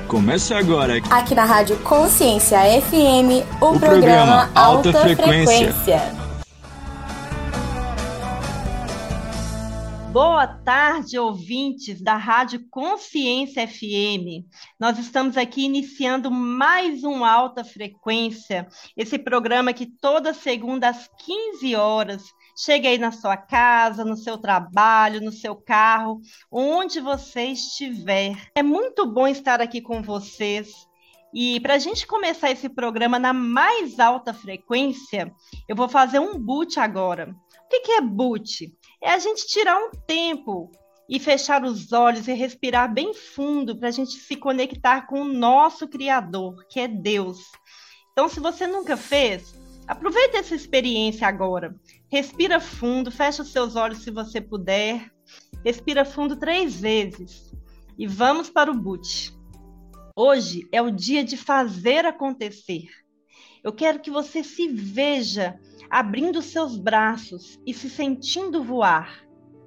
Começa agora aqui na Rádio Consciência FM, o programa Alta Frequência. Boa tarde, ouvintes da Rádio Consciência FM. Nós estamos aqui iniciando mais um Alta Frequência, esse programa que toda segunda às 15 horas chega aí na sua casa, no seu trabalho, no seu carro, onde você estiver. É muito bom estar aqui com vocês. E para a gente começar esse programa na mais alta frequência, eu vou fazer um boot agora. O que é boot? É a gente tirar um tempo e fechar os olhos e respirar bem fundo para a gente se conectar com o nosso Criador, que é Deus. Então, se você nunca fez, aproveita essa experiência agora. Respira fundo, fecha os seus olhos se você puder. Respira fundo 3 vezes e vamos para o boot. Hoje é o dia de fazer acontecer. Eu quero que você se veja abrindo seus braços e se sentindo voar.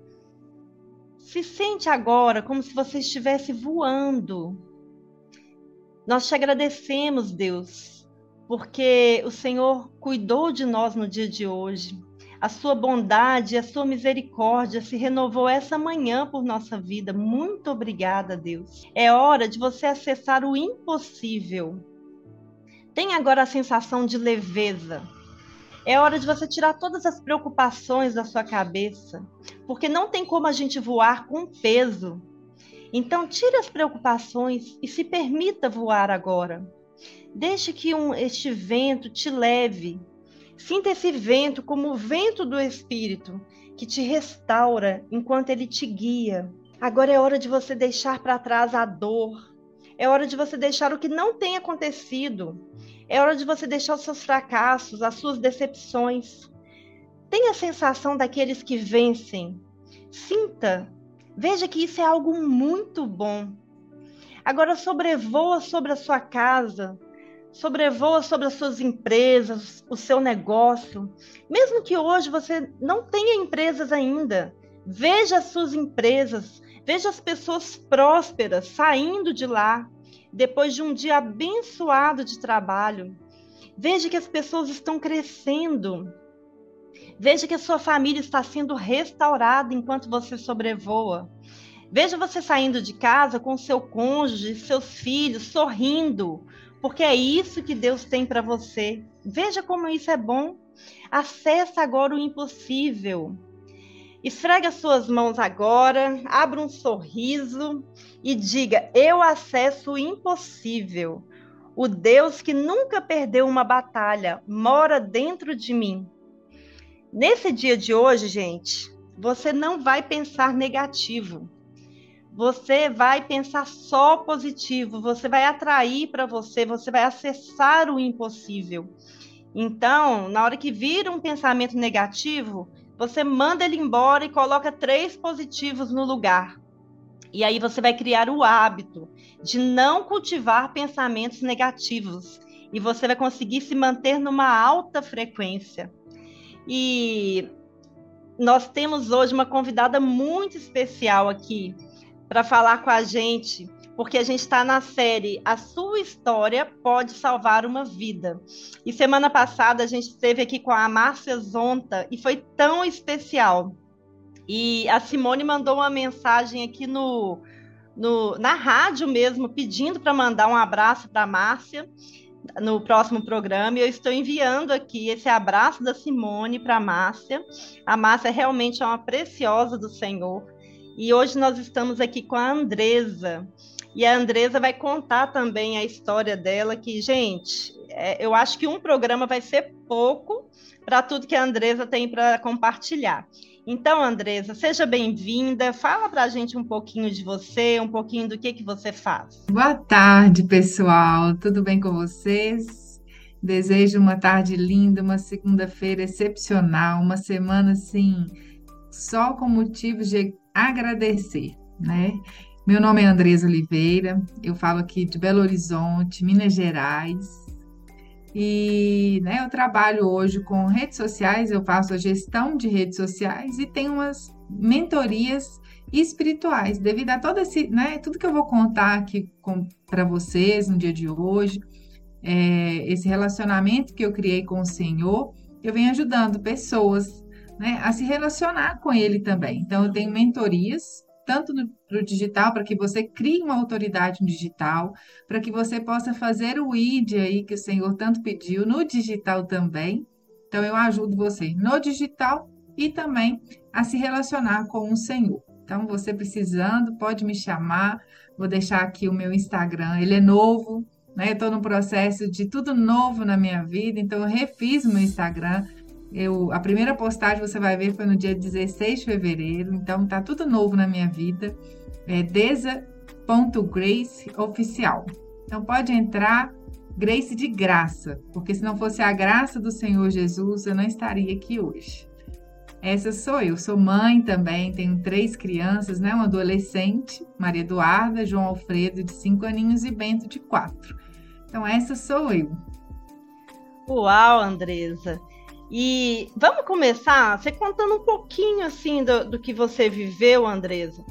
Se sente agora como se você estivesse voando. Nós te agradecemos, Deus, porque o Senhor cuidou de nós no dia de hoje. A sua bondade e a sua misericórdia se renovou essa manhã por nossa vida. Muito obrigada, Deus. É hora de você acessar o impossível. Tem agora a sensação de leveza. É hora de você tirar todas as preocupações da sua cabeça, porque não tem como a gente voar com peso. Então, tire as preocupações e se permita voar agora. Deixe que este vento te leve. Sinta esse vento como o vento do Espírito, que te restaura enquanto ele te guia. Agora é hora de você deixar para trás a dor. É hora de você deixar o que não tem acontecido. É hora de você deixar os seus fracassos, as suas decepções. Tenha a sensação daqueles que vencem. Sinta. Veja que isso é algo muito bom. Agora sobrevoa sobre a sua casa. Sobrevoa sobre as suas empresas, o seu negócio. Mesmo que hoje você não tenha empresas ainda, veja as suas empresas, veja as pessoas prósperas saindo de lá, depois de um dia abençoado de trabalho. Veja que as pessoas estão crescendo. Veja que a sua família está sendo restaurada enquanto você sobrevoa. Veja você saindo de casa com seu cônjuge, seus filhos, sorrindo, porque é isso que Deus tem para você. Veja como isso é bom. Acesse agora o impossível. Esfregue as suas mãos agora, abra um sorriso e diga: eu acesso o impossível. O Deus que nunca perdeu uma batalha mora dentro de mim. Nesse dia de hoje, gente, você não vai pensar negativo. Você vai pensar só positivo, você vai atrair para você vai acessar o impossível. Então, na hora que vir um pensamento negativo, você manda ele embora e coloca 3 positivos no lugar. E aí você vai criar o hábito de não cultivar pensamentos negativos. E você vai conseguir se manter numa alta frequência. E nós temos hoje uma convidada muito especial aqui para falar com a gente, porque a gente está na série A Sua História Pode Salvar uma Vida. E semana passada a gente esteve aqui com a Márcia Zonta e foi tão especial. E a Simone mandou uma mensagem aqui na rádio mesmo, pedindo para mandar um abraço para a Márcia no próximo programa. E eu estou enviando aqui esse abraço da Simone para a Márcia. A Márcia realmente é uma preciosa do Senhor. E hoje nós estamos aqui com a Andresa. E a Andresa vai contar também a história dela, que, gente, eu acho que um programa vai ser pouco para tudo que a Andresa tem para compartilhar. Então, Andresa, seja bem-vinda. Fala para a gente um pouquinho de você, um pouquinho do que você faz. Boa tarde, pessoal. Tudo bem com vocês? Desejo uma tarde linda, uma segunda-feira excepcional, uma semana, assim, só com motivos de agradecer, né? Meu nome é Andresa Oliveira, eu falo aqui de Belo Horizonte, Minas Gerais. E, né, eu trabalho hoje com redes sociais, eu faço a gestão de redes sociais e tenho umas mentorias espirituais, devido a todo esse, né, tudo que eu vou contar aqui para vocês no dia de hoje, esse relacionamento que eu criei com o Senhor, eu venho ajudando pessoas, né, a se relacionar com Ele também. Então, eu tenho mentorias, tanto no digital, para que você crie uma autoridade no digital, para que você possa fazer o ID aí que o Senhor tanto pediu, no digital também. Então, eu ajudo você no digital e também a se relacionar com o Senhor. Então, você precisando, pode me chamar. Vou deixar aqui o meu Instagram, ele é novo, né? Eu estou no processo de tudo novo na minha vida, então eu refiz o meu Instagram. A primeira postagem você vai ver foi no dia 16 de fevereiro, então tá tudo novo na minha vida. É deza.graceoficial. Então pode entrar, Grace de graça, porque se não fosse a graça do Senhor Jesus, eu não estaria aqui hoje. Essa sou eu, sou mãe também, tenho 3 crianças, né? Uma adolescente, Maria Eduarda, João Alfredo, de 5 aninhos, e Bento, de 4. Então, essa sou eu. Uau, Andresa! E vamos começar você contando um pouquinho assim do que você viveu, Andresa.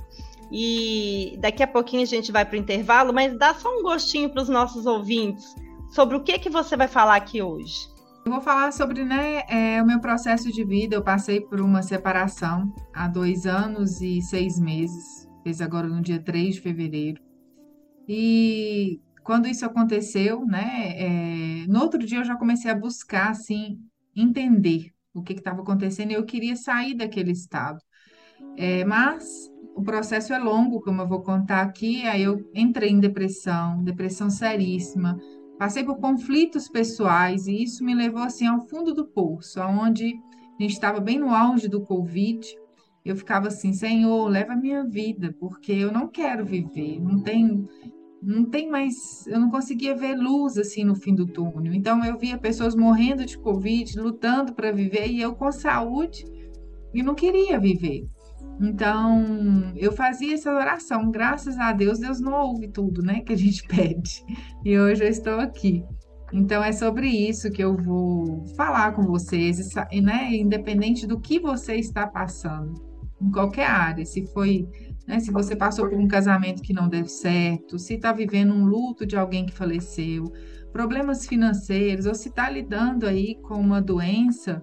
E daqui a pouquinho a gente vai para o intervalo, mas dá só um gostinho para os nossos ouvintes sobre o que você vai falar aqui hoje. Eu vou falar sobre, né, o meu processo de vida. Eu passei por uma separação há 2 anos e 6 meses, fez agora no dia 3 de fevereiro. E quando isso aconteceu, né, no outro dia eu já comecei a buscar, assim, entender o que estava acontecendo e eu queria sair daquele estado. Mas o processo é longo, como eu vou contar aqui. Aí eu entrei em depressão seríssima. Passei por conflitos pessoais e isso me levou assim ao fundo do poço, aonde a gente estava bem no auge do Covid. Eu ficava assim, Senhor, leva a minha vida, porque eu não quero viver, não tem mais, eu não conseguia ver luz assim no fim do túnel. Então eu via pessoas morrendo de Covid, lutando para viver e eu com saúde e não queria viver. Então, eu fazia essa oração, graças a Deus, Deus não ouve tudo, né, que a gente pede. E hoje eu estou aqui. Então, é sobre isso que eu vou falar com vocês, né, independente do que você está passando, em qualquer área, se foi, né, se você passou por um casamento que não deu certo, se está vivendo um luto de alguém que faleceu, problemas financeiros, ou se está lidando aí com uma doença,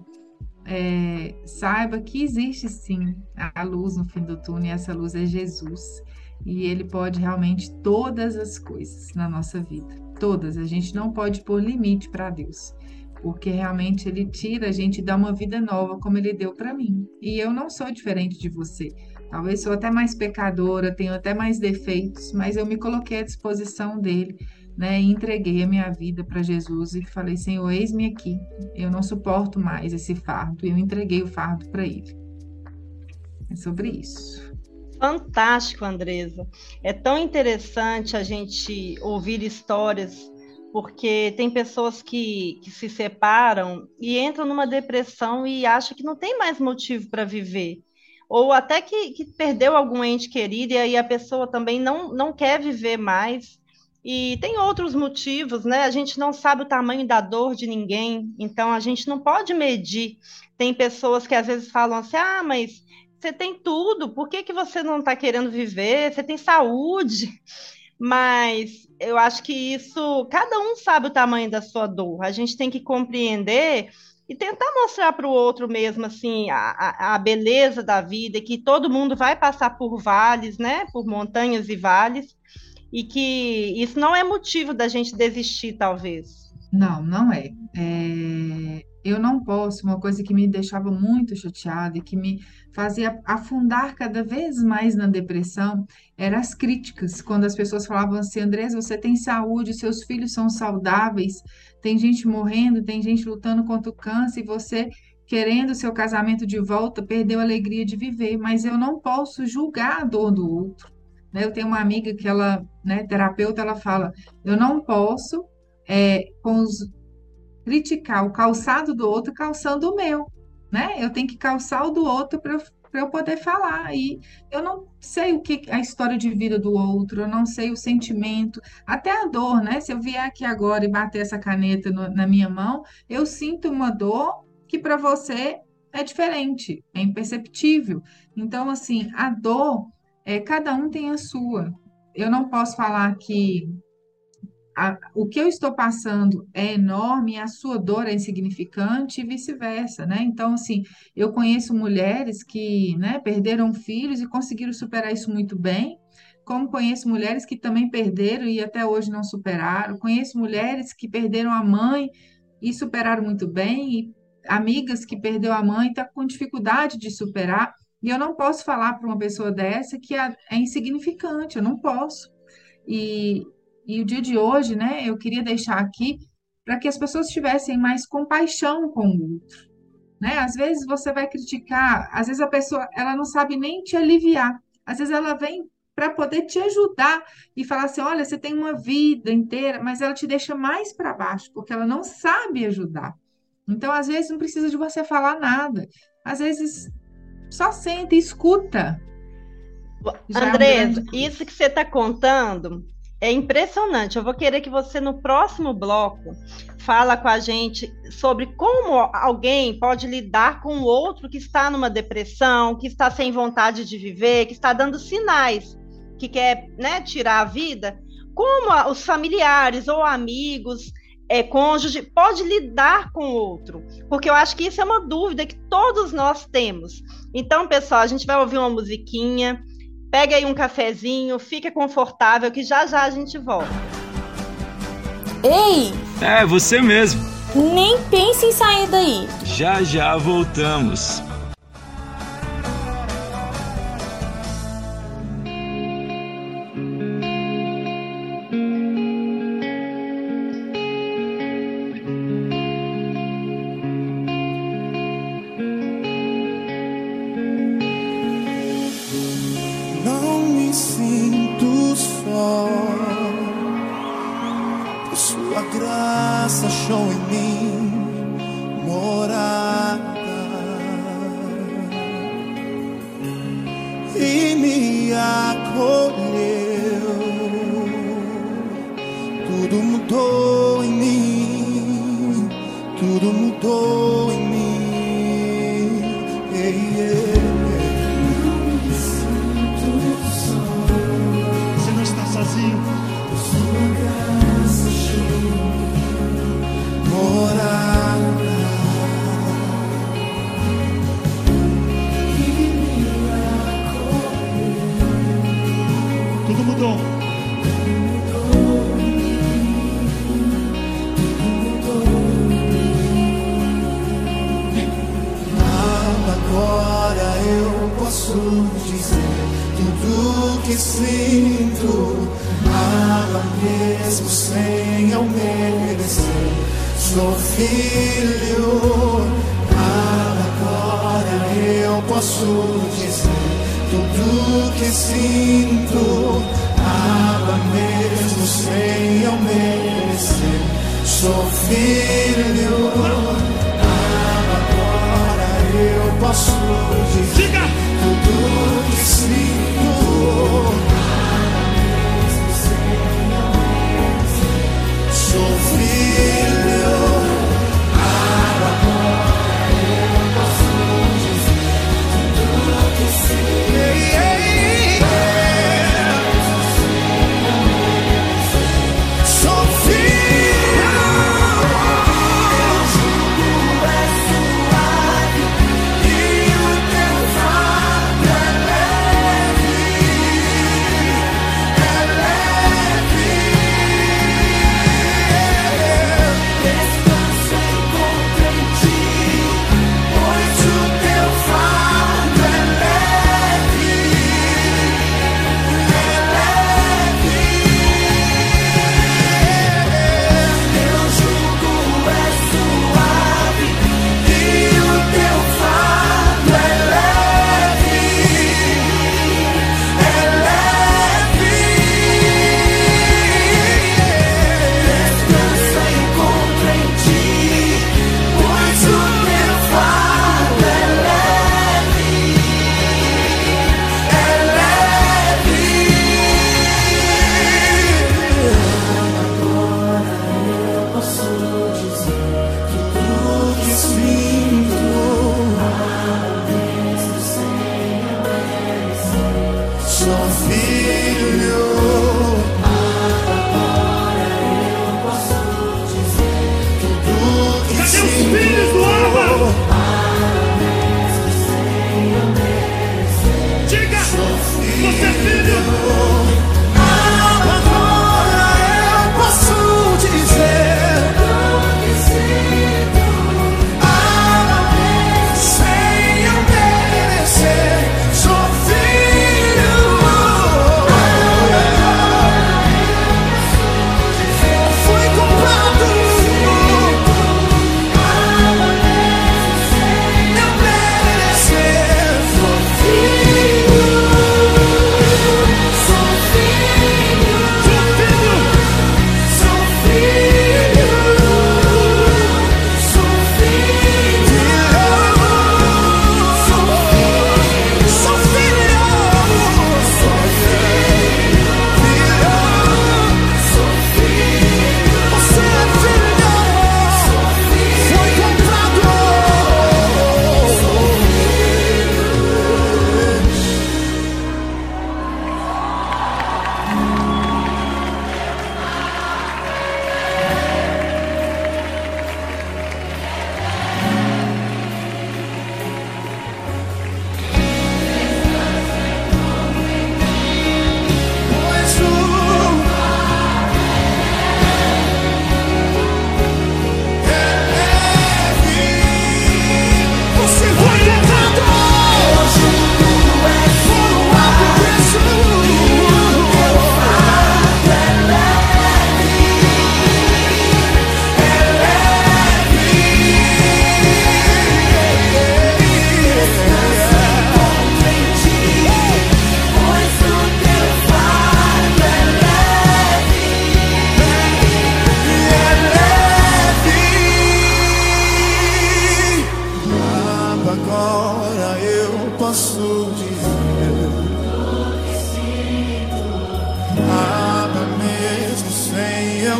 saiba que existe sim a luz no fim do túnel, e essa luz é Jesus. E ele pode realmente todas as coisas na nossa vida. Todas. A gente não pode pôr limite para Deus. Porque realmente ele tira a gente e dá uma vida nova, como ele deu para mim. E eu não sou diferente de você. Talvez sou até mais pecadora, tenho até mais defeitos, mas eu me coloquei à disposição dele, né? E entreguei a minha vida para Jesus e falei, Senhor, eis-me aqui. Eu não suporto mais esse fardo. E eu entreguei o fardo para ele. É sobre isso. Fantástico, Andresa. É tão interessante a gente ouvir histórias, porque tem pessoas que se separam e entram numa depressão e acham que não tem mais motivo para viver. Ou até que perdeu algum ente querido e aí a pessoa também não quer viver mais. E tem outros motivos, né? A gente não sabe o tamanho da dor de ninguém, então a gente não pode medir. Tem pessoas que às vezes falam assim, mas você tem tudo, por que você não está querendo viver? Você tem saúde. Mas eu acho que isso, cada um sabe o tamanho da sua dor. A gente tem que compreender e tentar mostrar para o outro mesmo, assim, a beleza da vida, que todo mundo vai passar por vales, né? Por montanhas e vales, e que isso não é motivo da gente desistir, talvez. Não, não é. Eu não posso, uma coisa que me deixava muito chateada e que me fazia afundar cada vez mais na depressão, eram as críticas, quando as pessoas falavam assim, Andressa, você tem saúde, seus filhos são saudáveis, tem gente morrendo, tem gente lutando contra o câncer, e você querendo seu casamento de volta, perdeu a alegria de viver, mas eu não posso julgar a dor do outro, né? Eu tenho uma amiga que ela, né, terapeuta, ela fala, eu não posso criticar o calçado do outro calçando o meu, né? Eu tenho que calçar o do outro para para eu poder falar. E eu não sei o que a história de vida do outro, eu não sei o sentimento, até a dor, né? Se eu vier aqui agora e bater essa caneta na minha mão, eu sinto uma dor que para você é diferente, é imperceptível. Então, assim, a dor, cada um tem a sua. Eu não posso falar que o que eu estou passando é enorme e a sua dor é insignificante e vice-versa, né? Então, assim, eu conheço mulheres que, né, perderam filhos e conseguiram superar isso muito bem, como conheço mulheres que também perderam e até hoje não superaram, conheço mulheres que perderam a mãe e superaram muito bem, e amigas que perdeu a mãe e estão com dificuldade de superar, e eu não posso falar para uma pessoa dessa que é insignificante, eu não posso. E, e o dia de hoje, né, eu queria deixar aqui para que as pessoas tivessem mais compaixão com o outro, né? Às vezes você vai criticar, às vezes a pessoa, ela não sabe nem te aliviar, às vezes ela vem para poder te ajudar e falar assim, olha, você tem uma vida inteira, mas ela te deixa mais para baixo, porque ela não sabe ajudar. Então, às vezes não precisa de você falar nada, às vezes só senta e escuta. Andresa, isso que você está contando é impressionante. Eu vou querer que você, no próximo bloco, fala com a gente sobre como alguém pode lidar com o outro que está numa depressão, que está sem vontade de viver, que está dando sinais, que quer, né, tirar a vida. Como os familiares ou amigos, cônjuge, pode lidar com o outro. Porque eu acho que isso é uma dúvida que todos nós temos. Então, pessoal, a gente vai ouvir uma musiquinha. Pega aí um cafezinho, fica confortável, que já já a gente volta. Ei! É, você mesmo. Nem pense em sair daí. Já já voltamos. Achou em mim morada e me acolheu. Tudo mudou em mim, tudo mudou em mim. Não me sinto só. Você não está sozinho. Sua graça chegou. Morada e me acolheu. Tudo mudou. Agora eu posso dizer tudo que sinto. Ama mesmo sem eu merecer. Sou filho, agora eu posso dizer tudo que sinto, ama mesmo sem eu merecer. Sou filho, agora eu posso dizer tudo que sinto, ama mesmo sem eu merecer. Sou filho.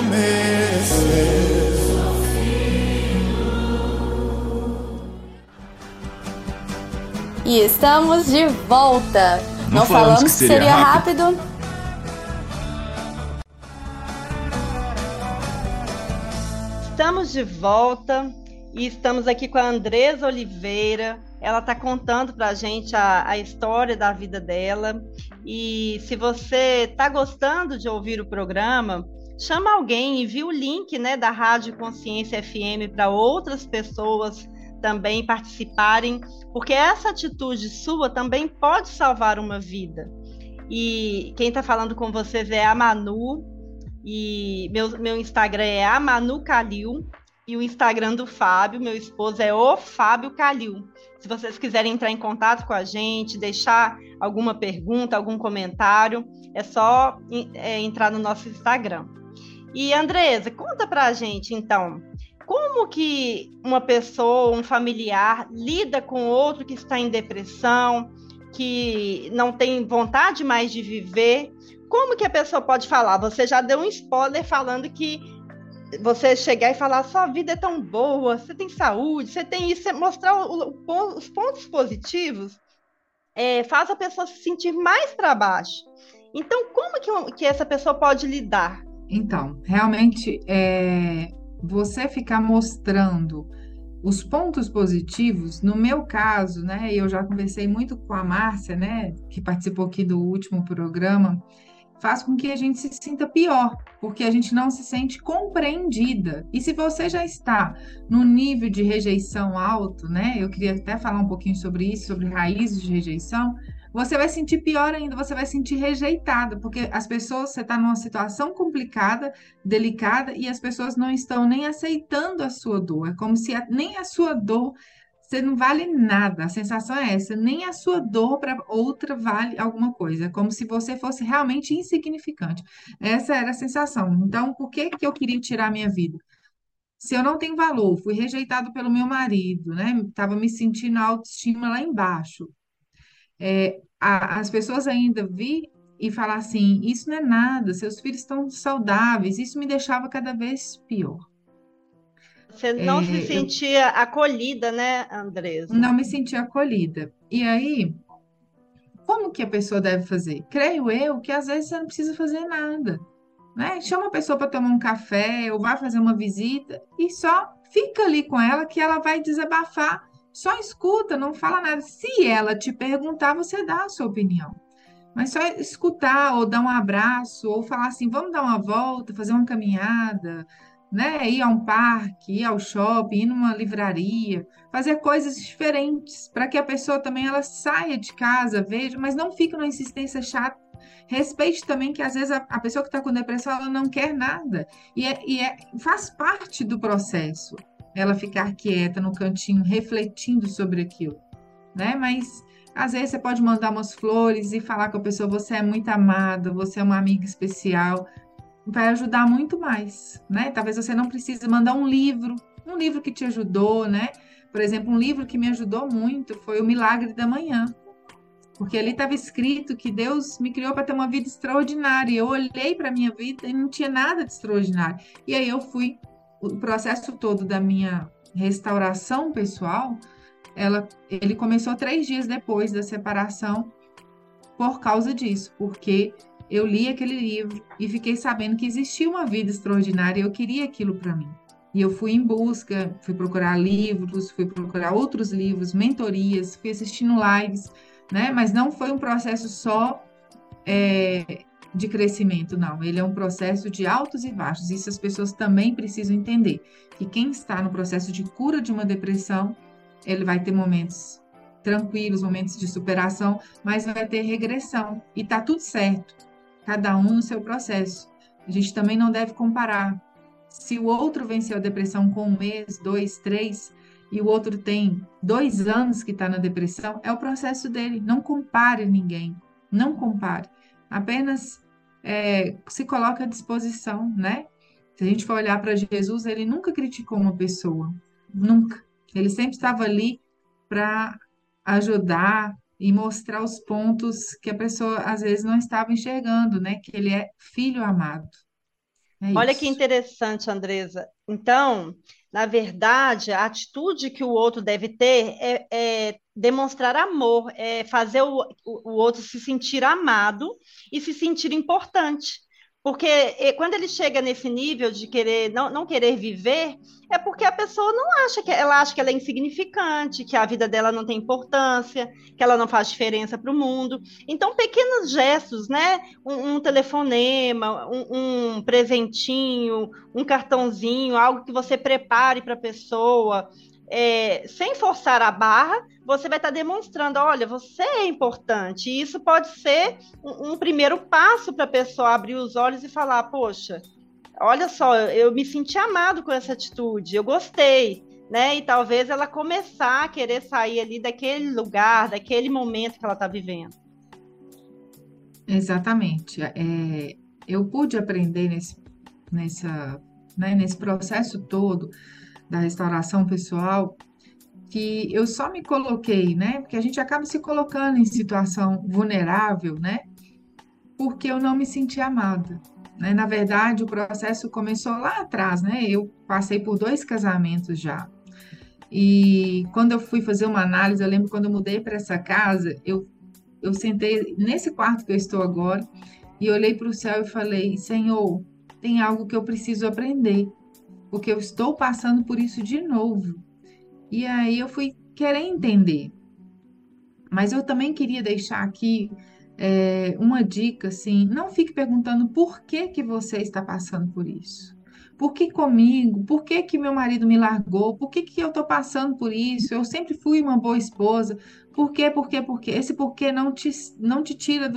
adormecer. E estamos de volta. Não falamos que seria rápido. Estamos de volta e estamos aqui com a Andresa Oliveira. Ela está contando para a gente a história da vida dela. E se você está gostando de ouvir o programa, chama alguém, envia o link, né, da Rádio Consciência FM para outras pessoas também participarem, porque essa atitude sua também pode salvar uma vida. E quem está falando com vocês é a Manu, e meu Instagram é a Manu Calil, e o Instagram do Fábio, meu esposo, é o Fábio Calil. Se vocês quiserem entrar em contato com a gente, deixar alguma pergunta, algum comentário, é só entrar no nosso Instagram. E Andresa, conta pra gente, então, como que uma pessoa, um familiar, lida com outro que está em depressão, que não tem vontade mais de viver? Como que a pessoa pode falar? Você já deu um spoiler falando que você chegar e falar, sua vida é tão boa, você tem saúde, você tem isso, mostrar os pontos positivos, faz a pessoa se sentir mais para baixo. Então, como que essa pessoa pode lidar? Então, realmente, você ficar mostrando os pontos positivos, no meu caso, né, eu já conversei muito com a Márcia, né, que participou aqui do último programa, faz com que a gente se sinta pior, porque a gente não se sente compreendida. E se você já está no nível de rejeição alto, né, eu queria até falar um pouquinho sobre isso, sobre raízes de rejeição, você vai sentir pior ainda, você vai sentir rejeitada, porque as pessoas, você está numa situação complicada, delicada, e as pessoas não estão nem aceitando a sua dor. É como se nem a sua dor, você não vale nada. A sensação é essa, nem a sua dor para outra vale alguma coisa. É como se você fosse realmente insignificante. Essa era a sensação. Então, por que que eu queria tirar a minha vida? Se eu não tenho valor, fui rejeitado pelo meu marido, né? Estava me sentindo a autoestima lá embaixo. As pessoas ainda vi e falar assim, isso não é nada, seus filhos estão saudáveis, isso me deixava cada vez pior. Você não se sentia acolhida, né, Andresa? Não me sentia acolhida. E aí, como que a pessoa deve fazer? Creio eu que às vezes você não precisa fazer nada, né? Chama a pessoa para tomar um café ou vai fazer uma visita e só fica ali com ela que ela vai desabafar. Só escuta, não fala nada. Se ela te perguntar, você dá a sua opinião. Mas só escutar, ou dar um abraço, ou falar assim, vamos dar uma volta, fazer uma caminhada, né? Ir a um parque, ir ao shopping, ir numa livraria, fazer coisas diferentes, para que a pessoa também ela saia de casa, veja, mas não fique numa insistência chata. Respeite também que às vezes a pessoa que está com depressão, ela não quer nada. Faz parte do processo ela ficar quieta no cantinho, refletindo sobre aquilo, né? Mas às vezes você pode mandar umas flores e falar com a pessoa, você é muito amada, você é uma amiga especial, vai ajudar muito mais, né? Talvez você não precise mandar um livro que te ajudou, né? Por exemplo, um livro que me ajudou muito foi O Milagre da Manhã, porque ali estava escrito que Deus me criou para ter uma vida extraordinária, e eu olhei para a minha vida e não tinha nada de extraordinário, e aí o processo todo da minha restauração pessoal, ele começou 3 dias depois da separação por causa disso, porque eu li aquele livro e fiquei sabendo que existia uma vida extraordinária e eu queria aquilo para mim. E eu fui em busca, fui procurar livros, fui procurar outros livros, mentorias, fui assistindo lives, né? Mas não foi um processo só de crescimento, não. Ele é um processo de altos e baixos. Isso as pessoas também precisam entender, que quem está no processo de cura de uma depressão, ele vai ter momentos tranquilos, momentos de superação, mas vai ter regressão. E tá tudo certo, cada um no seu processo. A gente também não deve comparar. Se o outro venceu a depressão com 1 mês, 2, 3, e o outro tem 2 anos que está na depressão, é o processo dele. Não compare ninguém, não compare. Apenas se coloca à disposição, né? Se a gente for olhar para Jesus, ele nunca criticou uma pessoa, nunca. Ele sempre estava ali para ajudar e mostrar os pontos que a pessoa às vezes não estava enxergando, né? Que ele é filho amado. É Olha que isso. interessante, Andresa. Então, na verdade, a atitude que o outro deve ter é demonstrar amor, é fazer o outro se sentir amado e se sentir importante. Porque quando ele chega nesse nível de querer não querer viver, é porque a pessoa não acha que ela é insignificante, que a vida dela não tem importância, que ela não faz diferença para o mundo. Então, pequenos gestos, né? Um telefonema, um presentinho, um cartãozinho, algo que você prepare para a pessoa, sem forçar a barra, você vai estar demonstrando, olha, você é importante. E isso pode ser um primeiro passo para a pessoa abrir os olhos e falar, poxa, olha só, eu me senti amado com essa atitude, eu gostei. Né? E talvez ela começar a querer sair ali daquele lugar, daquele momento que ela está vivendo. Exatamente. Eu pude aprender nesse processo todo da restauração pessoal que eu só me coloquei, né? Porque a gente acaba se colocando em situação vulnerável, né? Porque eu não me senti amada, né? Na verdade, o processo começou lá atrás, né? Eu passei por 2 casamentos já. E quando eu fui fazer uma análise, eu lembro quando eu mudei para essa casa, eu sentei nesse quarto que eu estou agora e olhei para o céu e falei: Senhor, tem algo que eu preciso aprender, porque eu estou passando por isso de novo. E aí eu fui querer entender. Mas eu também queria deixar aqui uma dica, assim, não fique perguntando por que que você está passando por isso. Por que comigo? Por que que meu marido me largou? Por que que eu estou passando por isso? Eu sempre fui uma boa esposa. Por quê? Por quê? Por quê? Esse porquê não te tira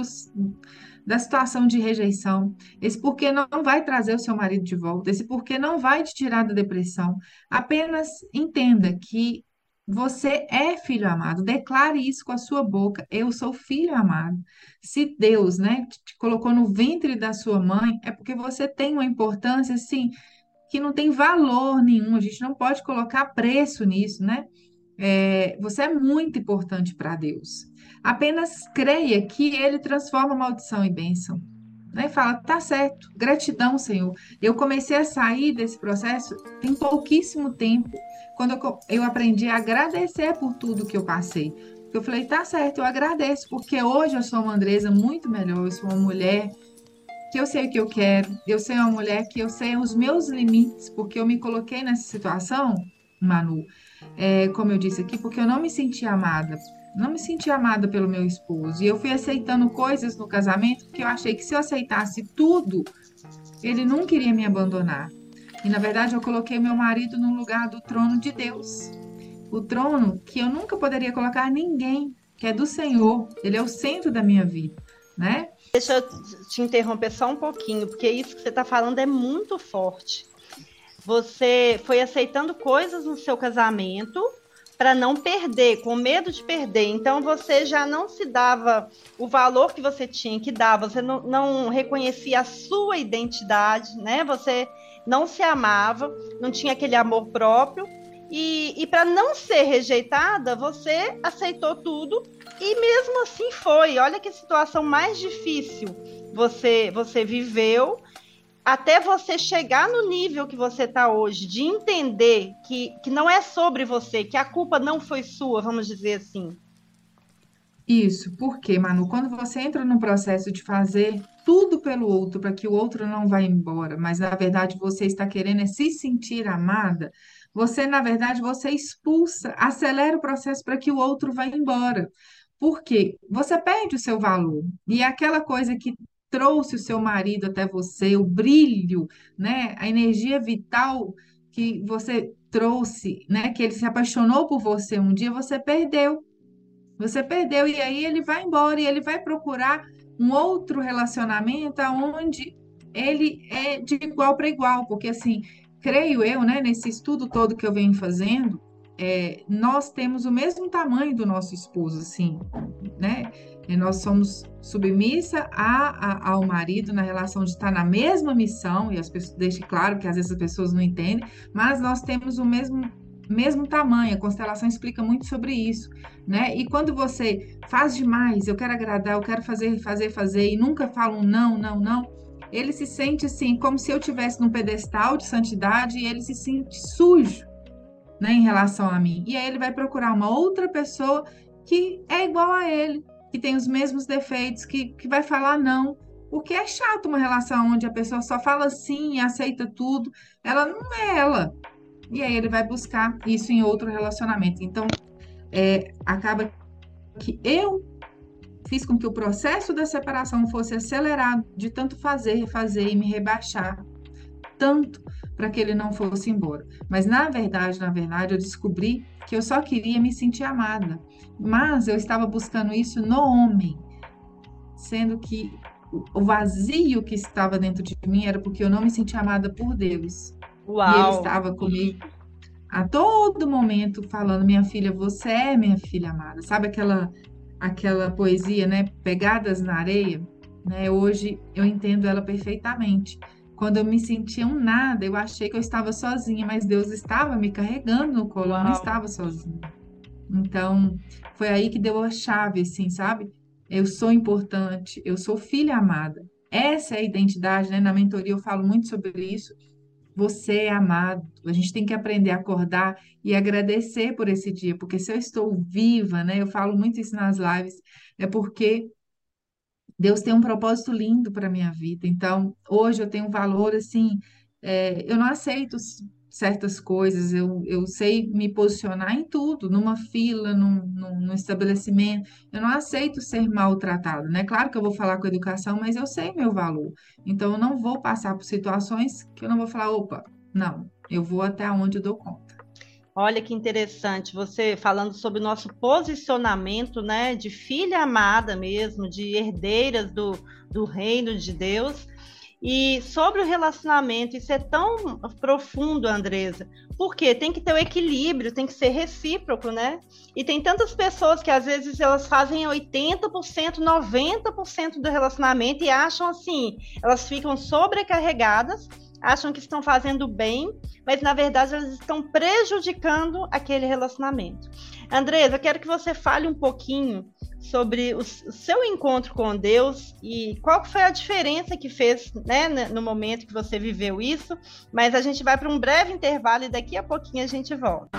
da situação de rejeição. Esse porquê não vai trazer o seu marido de volta. Esse porquê não vai te tirar da depressão. Apenas entenda que você é filho amado. Declare isso com a sua boca. Eu sou filho amado. Se Deus, né, te colocou no ventre da sua mãe, é porque você tem uma importância, assim, que não tem valor nenhum. A gente não pode colocar preço nisso, né? Você é muito importante para Deus. Apenas creia que Ele transforma maldição em bênção. Né? E fala, tá certo, gratidão, Senhor. Eu comecei a sair desse processo tem pouquíssimo tempo, quando eu aprendi a agradecer por tudo que eu passei. Eu falei, tá certo, eu agradeço, porque hoje eu sou uma Andresa muito melhor, eu sou uma mulher que eu sei o que eu quero, eu sou uma mulher que eu sei os meus limites, porque eu me coloquei nessa situação, Manu, como eu disse aqui, porque eu não me senti amada. Não me senti amada pelo meu esposo. E eu fui aceitando coisas no casamento que eu achei que se eu aceitasse tudo, ele nunca iria me abandonar. E na verdade eu coloquei meu marido no lugar do trono de Deus. O trono que eu nunca poderia colocar ninguém, que é do Senhor. Ele é o centro da minha vida, né? Deixa eu te interromper só um pouquinho, porque isso que você está falando é muito forte. Você foi aceitando coisas no seu casamento para não perder, com medo de perder. Então, você já não se dava o valor que você tinha que dar, você não reconhecia a sua identidade, né? Você não se amava, não tinha aquele amor próprio. E para não ser rejeitada, você aceitou tudo e mesmo assim foi. Olha que situação mais difícil você viveu até você chegar no nível que você está hoje, de entender que não é sobre você, que a culpa não foi sua, vamos dizer assim. Isso, porque, Manu, quando você entra no processo de fazer tudo pelo outro, para que o outro não vá embora, mas na verdade você está querendo se sentir amada, você, na verdade, você expulsa, acelera o processo para que o outro vá embora. Porque você perde o seu valor. E é aquela coisa que trouxe o seu marido até você, o brilho, né? A energia vital que você trouxe, né? Que ele se apaixonou por você um dia, você perdeu. Você perdeu, e aí ele vai embora e ele vai procurar um outro relacionamento onde ele é de igual para igual, porque assim, creio eu, né, nesse estudo todo que eu venho fazendo, nós temos o mesmo tamanho do nosso esposo, assim, né? E nós somos submissa ao marido na relação de estar na mesma missão, e as pessoas deixem claro que às vezes as pessoas não entendem, mas nós temos o mesmo tamanho, a constelação explica muito sobre isso, né? E quando você faz demais, eu quero agradar, eu quero fazer, e nunca fala um não, não, não, ele se sente assim, como se eu estivesse num pedestal de santidade e ele se sente sujo, né, em relação a mim. E aí ele vai procurar uma outra pessoa que é igual a ele, que tem os mesmos defeitos, que vai falar não. Porque é chato uma relação onde a pessoa só fala sim e aceita tudo. Ela não é ela. E aí ele vai buscar isso em outro relacionamento. Então, acaba que eu fiz com que o processo da separação fosse acelerado de tanto fazer, refazer e me rebaixar tanto para que ele não fosse embora. Mas na verdade, eu descobri que eu só queria me sentir amada. Mas eu estava buscando isso no homem, sendo que o vazio que estava dentro de mim era porque eu não me sentia amada por Deus. Uau. E ele estava comigo a todo momento falando: minha filha, você é minha filha amada. Sabe aquela poesia, né? Pegadas na areia, né? Hoje eu entendo ela perfeitamente. Quando eu me sentia um nada, eu achei que eu estava sozinha, mas Deus estava me carregando no colo, eu não estava sozinha. Então, foi aí que deu a chave, assim, sabe? Eu sou importante, eu sou filha amada. Essa é a identidade, né? Na mentoria eu falo muito sobre isso. Você é amado. A gente tem que aprender a acordar e agradecer por esse dia, porque se eu estou viva, né? Eu falo muito isso nas lives, é porque Deus tem um propósito lindo para a minha vida. Então, hoje eu tenho um valor assim, eu não aceito certas coisas, eu sei me posicionar em tudo, numa fila, num estabelecimento. Eu não aceito ser maltratado, né? Claro que eu vou falar com educação, mas eu sei meu valor. Então, eu não vou passar por situações que eu não vou falar: opa, não, eu vou até onde eu dou conta. Olha que interessante, você falando sobre o nosso posicionamento, né, de filha amada mesmo, de herdeiras do reino de Deus. E sobre o relacionamento, isso é tão profundo, Andresa, porque tem que ter o equilíbrio, tem que ser recíproco, né? E tem tantas pessoas que às vezes elas fazem 80%, 90% do relacionamento e acham assim, elas ficam sobrecarregadas, acham que estão fazendo bem, mas na verdade elas estão prejudicando aquele relacionamento. Andresa, eu quero que você fale um pouquinho sobre o seu encontro com Deus e qual foi a diferença que fez, né, no momento que você viveu isso, mas a gente vai para um breve intervalo e daqui a pouquinho a gente volta.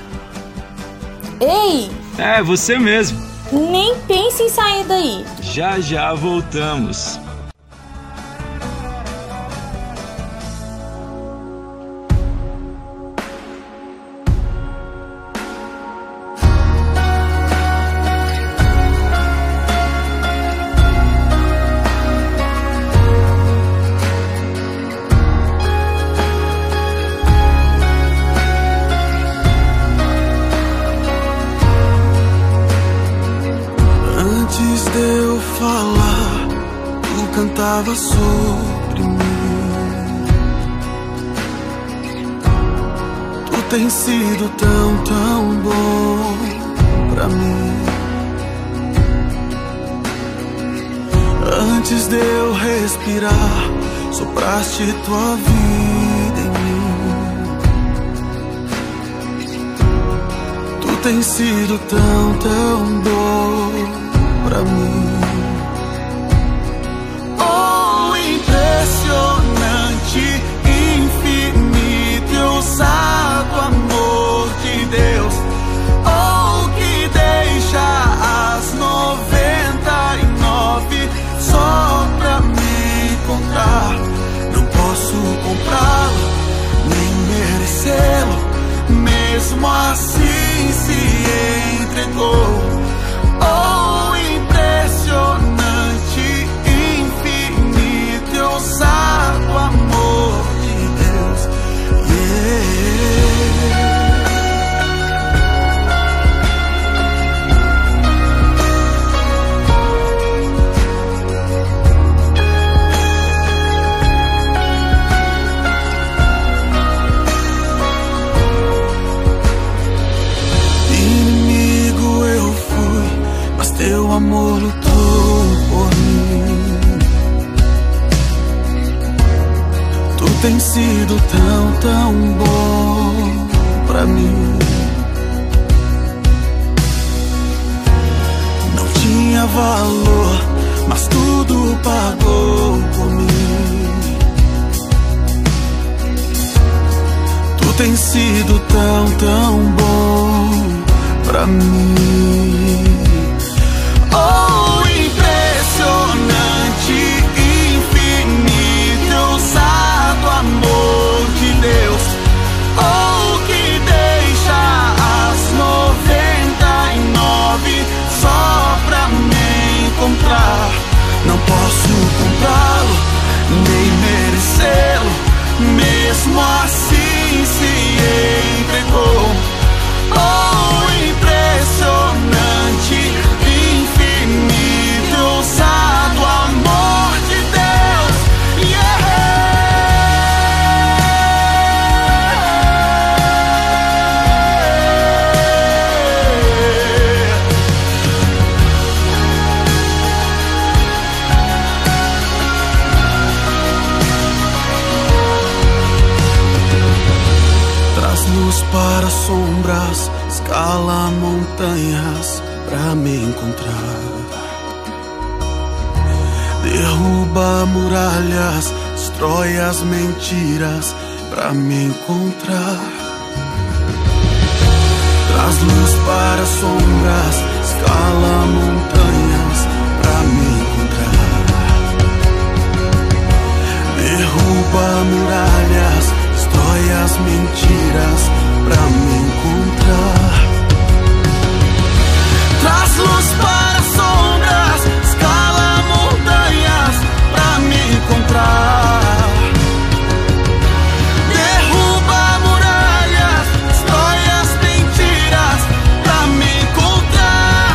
Ei! É você mesmo. Nem pense em sair daí. Já já voltamos. Cantava sobre mim. Tu tens sido tão, tão bom pra mim. Antes de eu respirar, sopraste tua vida em mim. Tu tens sido tão, tão bom pra mim. Impressionante, infinito e ousado amor de Deus, oh, que deixa as 99 só pra me encontrar. Não posso comprá-lo, nem merecê-lo, mesmo assim se entregou. Oh, impressionante, ousado amor de Deus, Inimigo eu fui, mas teu amor lutou por mim. Tem sido tão, tão bom pra mim. Não tinha valor, mas tudo pagou por mim. Tu tens sido tão, tão bom pra mim. Oh, impressionante, infinito e ousado amor de Deus. Oh, que deixa as 99 só pra me encontrar. Não posso comprá-lo, nem merecê-lo, mesmo assim se entregou. Oh, impressionante, infinito, ousado amor de Deus. Traz luz para sombras, escala montanhas pra me encontrar. Derruba muralhas, destrói as mentiras pra me encontrar. Traz luz para sombras, escala montanhas pra me encontrar. Derruba muralhas, destrói as mentiras pra me encontrar. Traz luz para sombras, escala montanhas pra me encontrar. Derruba muralhas, destrói as mentiras pra me encontrar.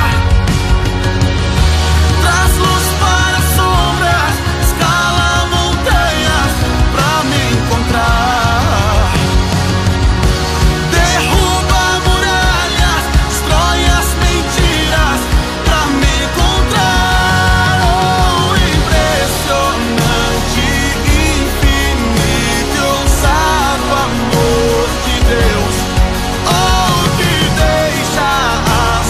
Traz luz para sombras, escala montanhas pra me encontrar. Derruba muralhas, destrói as mentiras pra me encontrar. Oh, impressionante, infinito, ousado amor de Deus. Oh, que deixa as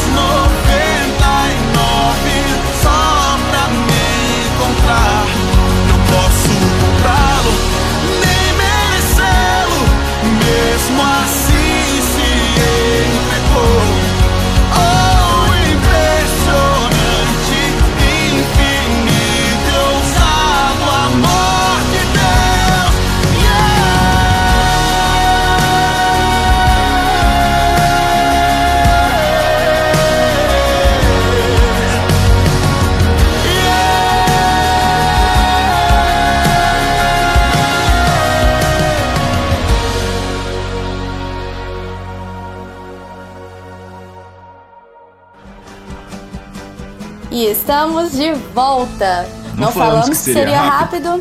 99 só pra me encontrar. Não posso comprá-lo, nem merecê-lo, mesmo assim se entregou. Oh, impressionante, infinito, ousado amor de Deus. E estamos de volta. Não falamos que seria rápido.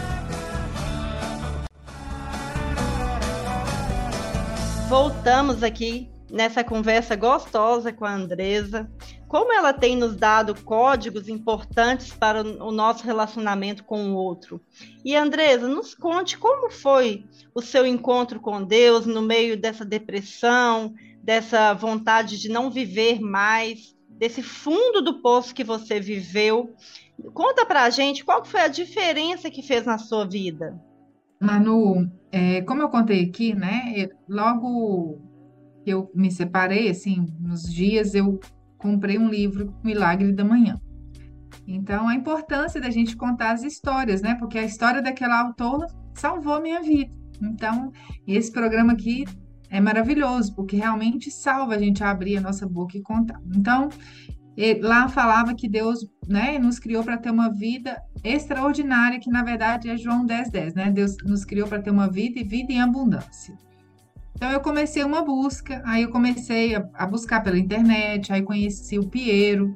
Voltamos aqui nessa conversa gostosa com a Andresa. Como ela tem nos dado códigos importantes para o nosso relacionamento com o outro. E Andresa, nos conte como foi o seu encontro com Deus no meio dessa depressão, dessa vontade de não viver mais, desse fundo do poço que você viveu. Conta pra gente qual foi a diferença que fez na sua vida. Manu, como eu contei aqui, né? Logo que eu me separei, assim, nos dias eu comprei um livro, Milagre da Manhã. Então, a importância da gente contar as histórias, né? Porque a história daquela autora salvou a minha vida. Então, esse programa aqui é maravilhoso, porque realmente salva a gente a abrir a nossa boca e contar. Então, lá falava que Deus, né, nos criou para ter uma vida extraordinária, que na verdade é João 10:10, né? Deus nos criou para ter uma vida e vida em abundância. Então, eu comecei uma busca, aí eu comecei a buscar pela internet, aí conheci o Piero,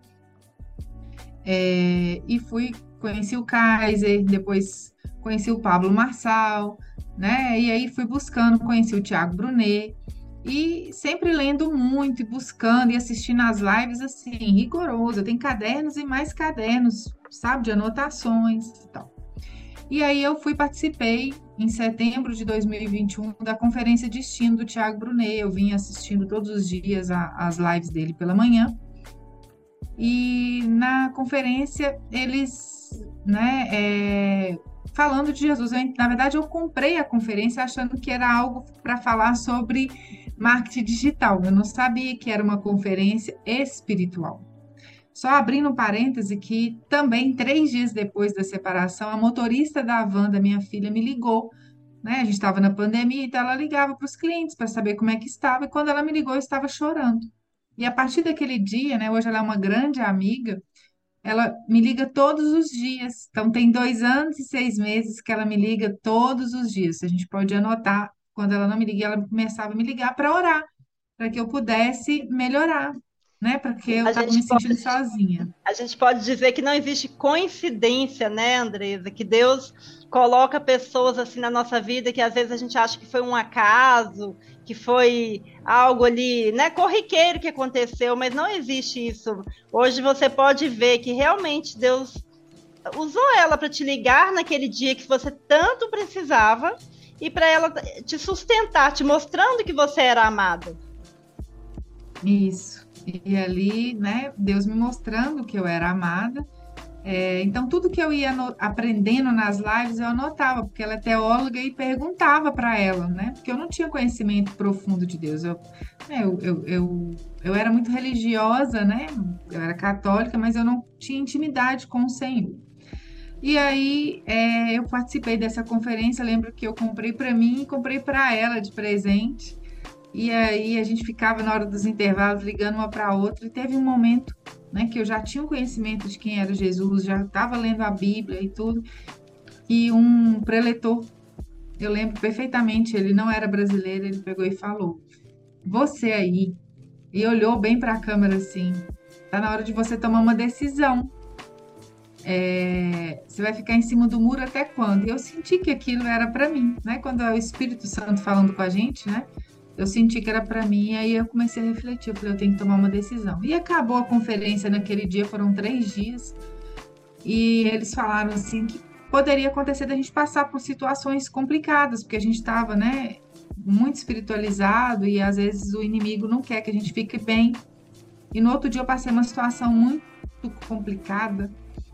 e conheci o Kaiser, depois conheci o Pablo Marçal, né? E aí fui buscando, conheci o Tiago Brunet, e sempre lendo muito, e buscando, e assistindo as lives, assim, rigoroso. Eu tenho cadernos e mais cadernos, sabe, de anotações e tal. E aí eu participei, em setembro de 2021, da Conferência Destino do Tiago Brunet. Eu vim assistindo todos os dias as lives dele pela manhã. E na conferência, eles, né, falando de Jesus. Na verdade, eu comprei a conferência achando que era algo para falar sobre marketing digital. Eu não sabia que era uma conferência espiritual. Só abrindo um parêntese que também, 3 dias depois da separação, a motorista da van da minha filha me ligou, né? A gente estava na pandemia, então ela ligava para os clientes para saber como é que estava, e quando ela me ligou, eu estava chorando. E a partir daquele dia, né? Hoje ela é uma grande amiga, ela me liga todos os dias. Então, tem 2 anos e 6 meses que ela me liga todos os dias. A gente pode anotar, quando ela não me liga, ela começava a me ligar para orar, para que eu pudesse melhorar, né? Porque eu A estava me gente sentindo pode, sozinha. a gente pode dizer que não existe coincidência, né, Andresa? Que Deus coloca pessoas assim na nossa vida que às vezes a gente acha que foi um acaso, que foi algo ali, né, corriqueiro que aconteceu, mas não existe isso. Hoje você pode ver que realmente Deus usou ela para te ligar naquele dia que você tanto precisava e para ela te sustentar, te mostrando que você era amada. Isso. E ali, né, Deus me mostrando que eu era amada. Então, tudo que eu ia aprendendo nas lives, eu anotava, porque ela é teóloga e perguntava para ela, né? Porque eu não tinha conhecimento profundo de Deus. Eu era muito religiosa, né? Eu era católica, mas eu não tinha intimidade com o Senhor. E aí, eu participei dessa conferência, lembro que eu comprei para mim e comprei para ela de presente. E aí a gente ficava na hora dos intervalos ligando uma para a outra, e teve um momento, né, que eu já tinha um conhecimento de quem era Jesus, já estava lendo a Bíblia e tudo, e um preletor, eu lembro perfeitamente, ele não era brasileiro, ele pegou e falou: "Você aí", e olhou bem para a câmera assim, "tá na hora de você tomar uma decisão. Você vai ficar em cima do muro até quando?" E eu senti que aquilo era para mim, né? Quando é o Espírito Santo falando com a gente, né? Eu senti que era para mim, e aí eu comecei a refletir. Eu falei, eu tenho que tomar uma decisão. E acabou a conferência naquele dia, foram 3 dias, e eles falaram assim que poderia acontecer da gente passar por situações complicadas, porque a gente estava, né, muito espiritualizado, e às vezes o inimigo não quer que a gente fique bem. E no outro dia eu passei uma situação muito complicada,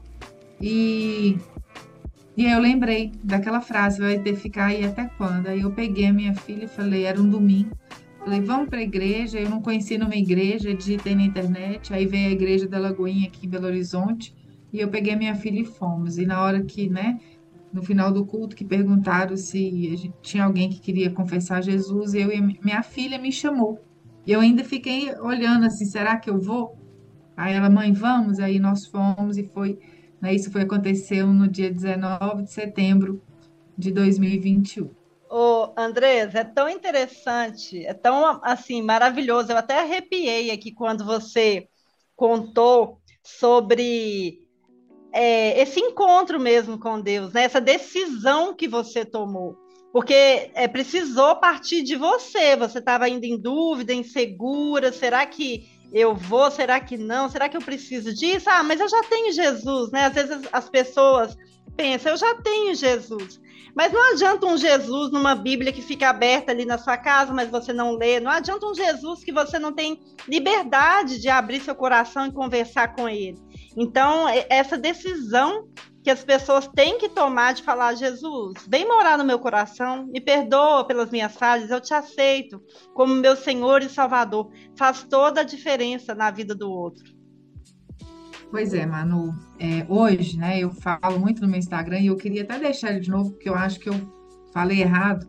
e aí eu lembrei daquela frase, vai ter que ficar aí até quando? Aí eu peguei a minha filha e falei, era um domingo, falei, vamos para a igreja. Eu não conhecia numa igreja, digitei na internet, aí veio a igreja da Lagoinha aqui em Belo Horizonte, e eu peguei a minha filha e fomos. E na hora que, né, no final do culto, que perguntaram se a gente tinha alguém que queria confessar Jesus, eu e minha filha me chamou. E eu ainda fiquei olhando assim, será que eu vou? Aí ela, mãe, vamos? Aí nós fomos, e foi, né, isso aconteceu no dia 19 de setembro de 2021. Ô, Andresa, é tão interessante, é tão, assim, maravilhoso. Eu até arrepiei aqui quando você contou sobre esse encontro mesmo com Deus, né? Essa decisão que você tomou. Porque precisou partir de você. Você estava ainda em dúvida, insegura. Será que eu vou? Será que não? Será que eu preciso disso? Ah, mas eu já tenho Jesus, né? Às vezes as pessoas pensam, eu já tenho Jesus. Mas não adianta um Jesus numa Bíblia que fica aberta ali na sua casa, mas você não lê. Não adianta um Jesus que você não tem liberdade de abrir seu coração e conversar com ele. Então, essa decisão que as pessoas têm que tomar de falar, Jesus, vem morar no meu coração, me perdoa pelas minhas falhas, eu te aceito como meu Senhor e Salvador, faz toda a diferença na vida do outro. Pois é, Manu, hoje, né, eu falo muito no meu Instagram, e eu queria até deixar ele de novo, porque eu acho que eu falei errado,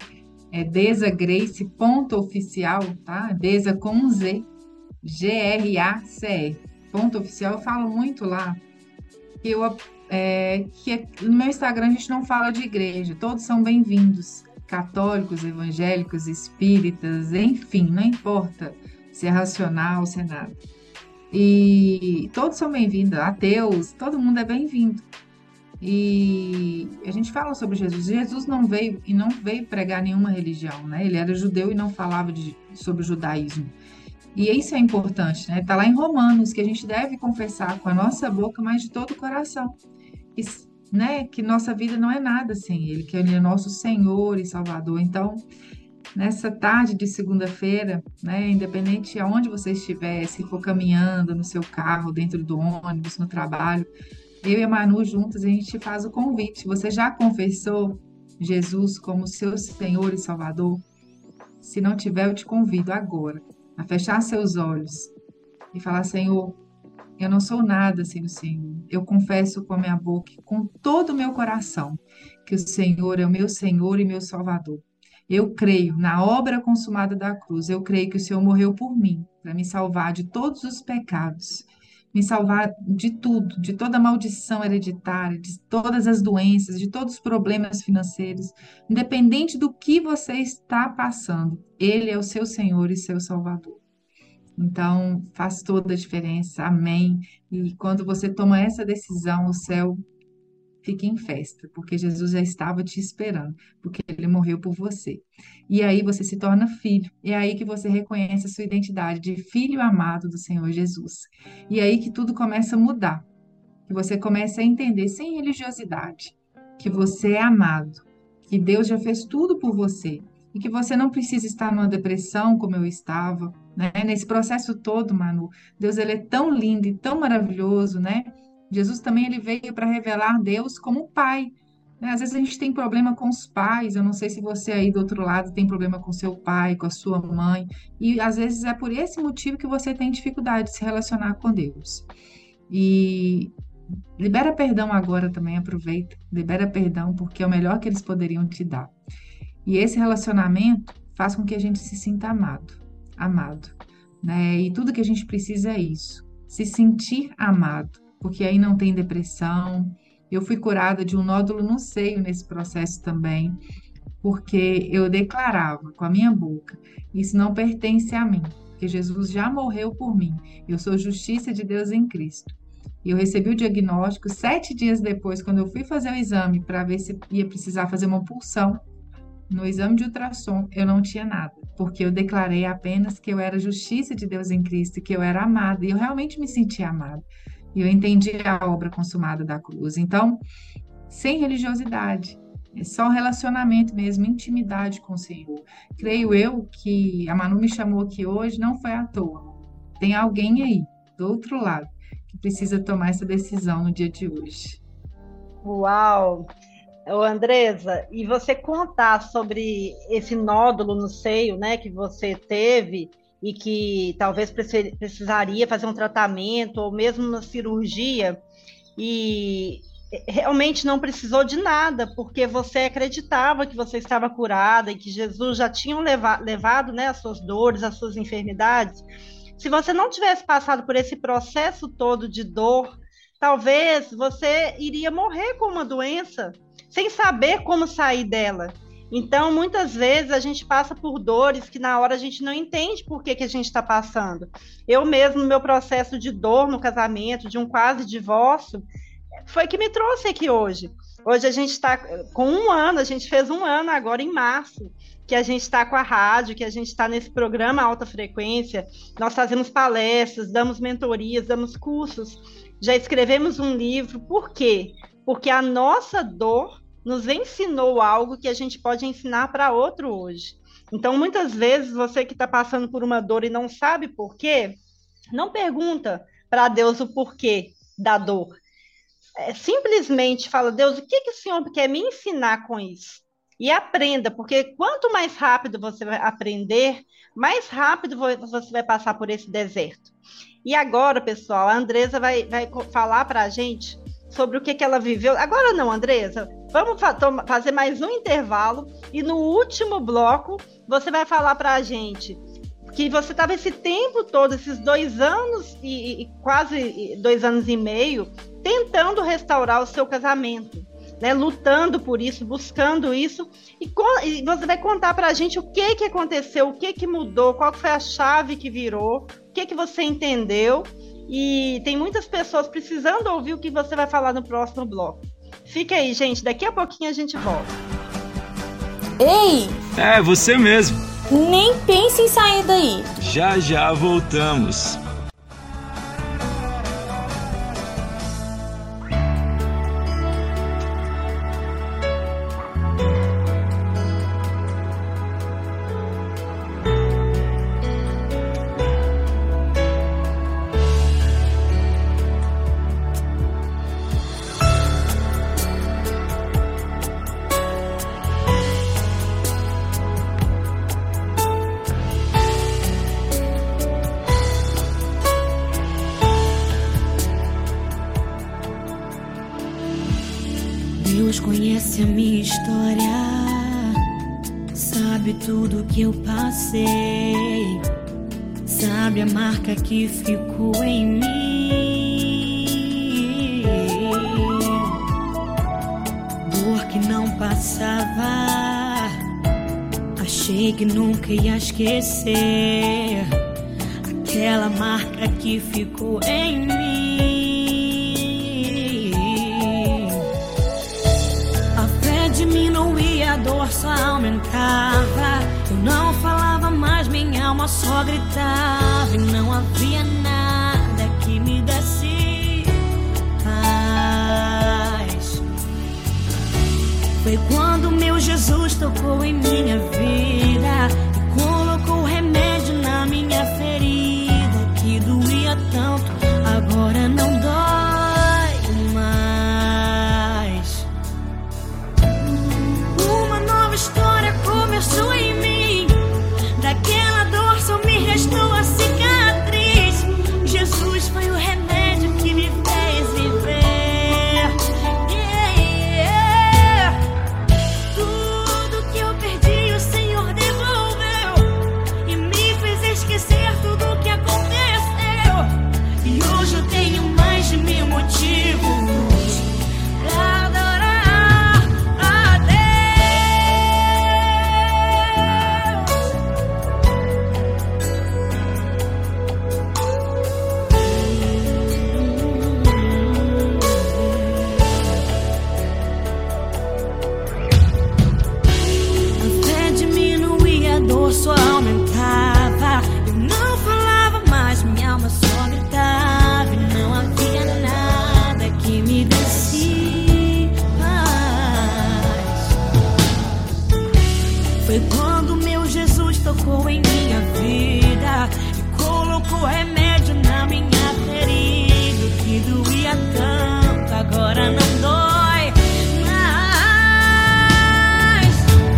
desagrace.oficial, tá? Desa com um Z, Grace, ponto oficial. Eu falo muito lá, que no meu Instagram a gente não fala de igreja, todos são bem-vindos, católicos, evangélicos, espíritas, enfim, não importa se é racional, se é nada. E todos são bem-vindos, ateus, todo mundo é bem-vindo. E a gente fala sobre Jesus. Jesus não veio pregar nenhuma religião, né? Ele era judeu e não falava sobre o judaísmo. E isso é importante, né? Está lá em Romanos, que a gente deve confessar com a nossa boca, mas de todo o coração. E, né, que nossa vida não é nada sem Ele, que Ele é nosso Senhor e Salvador. Então, nessa tarde de segunda-feira, né, independente de aonde você estiver, se for caminhando no seu carro, dentro do ônibus, no trabalho, eu e a Manu juntas, a gente faz o convite. Você já confessou Jesus como seu Senhor e Salvador? Se não tiver, eu te convido agora a fechar seus olhos e falar: Senhor, eu não sou nada sem o Senhor. Eu confesso com a minha boca, com todo o meu coração, que o Senhor é o meu Senhor e meu Salvador. Eu creio na obra consumada da cruz. Eu creio que o Senhor morreu por mim, para me salvar de todos os pecados, me salvar de tudo, de toda maldição hereditária, de todas as doenças, de todos os problemas financeiros. Independente do que você está passando, Ele é o seu Senhor e seu Salvador. Então, faz toda a diferença. Amém. E quando você toma essa decisão, o céu fica em festa, porque Jesus já estava te esperando, porque Ele morreu por você. E aí você se torna filho. É aí que você reconhece a sua identidade de filho amado do Senhor Jesus. E é aí que tudo começa a mudar. Que você começa a entender, sem religiosidade, que você é amado, que Deus já fez tudo por você. E que você não precisa estar numa depressão como eu estava, né? Nesse processo todo, Manu, Deus, ele é tão lindo e tão maravilhoso, né? Jesus também, ele veio para revelar Deus como pai, né? Às vezes a gente tem problema com os pais, eu não sei se você aí do outro lado tem problema com seu pai, com a sua mãe, e às vezes é por esse motivo que você tem dificuldade de se relacionar com Deus. E libera perdão agora também, aproveita, libera perdão, porque é o melhor que eles poderiam te dar. E esse relacionamento faz com que a gente se sinta amado, né? E tudo que a gente precisa é isso, se sentir amado, porque aí não tem depressão. Eu fui curada de um nódulo no seio nesse processo também, porque eu declarava com a minha boca: isso não pertence a mim, porque Jesus já morreu por mim, eu sou justiça de Deus em Cristo. E eu recebi o diagnóstico 7 dias depois, quando eu fui fazer o exame para ver se ia precisar fazer uma punção. No exame de ultrassom, eu não tinha nada, porque eu declarei apenas que eu era justiça de Deus em Cristo, que eu era amada, e eu realmente me senti amada. E eu entendi a obra consumada da cruz. Então, sem religiosidade, é só relacionamento mesmo, intimidade com o Senhor. Creio eu que a Manu me chamou aqui hoje, não foi à toa. Tem alguém aí, do outro lado, que precisa tomar essa decisão no dia de hoje. Uau! Ô, Andresa, e você contar sobre esse nódulo no seio, né, que você teve e que talvez precisaria fazer um tratamento ou mesmo uma cirurgia, e realmente não precisou de nada, porque você acreditava que você estava curada e que Jesus já tinha levado, né, as suas dores, as suas enfermidades. Se você não tivesse passado por esse processo todo de dor, talvez você iria morrer com uma doença, sem saber como sair dela. Então, muitas vezes, a gente passa por dores que na hora a gente não entende por que a gente está passando. Eu mesmo, no meu processo de dor no casamento, de um quase divórcio, foi que me trouxe aqui hoje. Hoje a gente está com 1 ano, a gente fez 1 ano agora em março, que a gente está com a rádio, que a gente está nesse programa Alta Frequência. Nós fazemos palestras, damos mentorias, damos cursos, já escrevemos um livro. Por quê? Porque a nossa dor nos ensinou algo que a gente pode ensinar para outro hoje. Então, muitas vezes, você que está passando por uma dor e não sabe por quê, não pergunta para Deus o porquê da dor. Simplesmente fala: Deus, o que o Senhor quer me ensinar com isso? E aprenda, porque quanto mais rápido você vai aprender, mais rápido você vai passar por esse deserto. E agora, pessoal, a Andresa vai falar para a gente sobre o que ela viveu. Agora não, Andresa, vamos fazer mais um intervalo e no último bloco você vai falar para a gente que você estava esse tempo todo, esses 2 anos e quase 2 anos e meio, tentando restaurar o seu casamento, né? Lutando por isso, buscando isso, e você vai contar para a gente o que aconteceu, o que mudou, qual foi a chave que virou, o que você entendeu. E tem muitas pessoas precisando ouvir o que você vai falar no próximo bloco. Fica aí, gente. Daqui a pouquinho a gente volta. Ei! É, você mesmo. Nem pense em sair daí. Já já voltamos. sabe tudo que eu passei, sabe a marca que ficou em mim, dor que não passava, achei que nunca ia esquecer aquela marca que ficou em mim. A fé diminuía, a dor só aumentava, eu não falava mais, minha alma só gritava, e não havia nada que me desse paz. Foi quando meu Jesus tocou em minha vida e colocou remédio na minha ferida, que doía tanto, agora não dói mais. Uma nova história começou em mim, daquela dor só me restou a cicatriz. Jesus foi o remédio que me fez viver. Tudo que eu perdi o Senhor devolveu e me fez esquecer tudo o que aconteceu. E hoje eu tenho mais de 1000 motivos pra adorar a Deus. A fé diminuía, a dor só aumentava, eu não falava mais, minha alma só gritava, e não havia nada que me desse paz. Foi quando meu Jesus tocou em minha vida e colocou remédio na minha ferida, que doía tanto, agora não dói mais.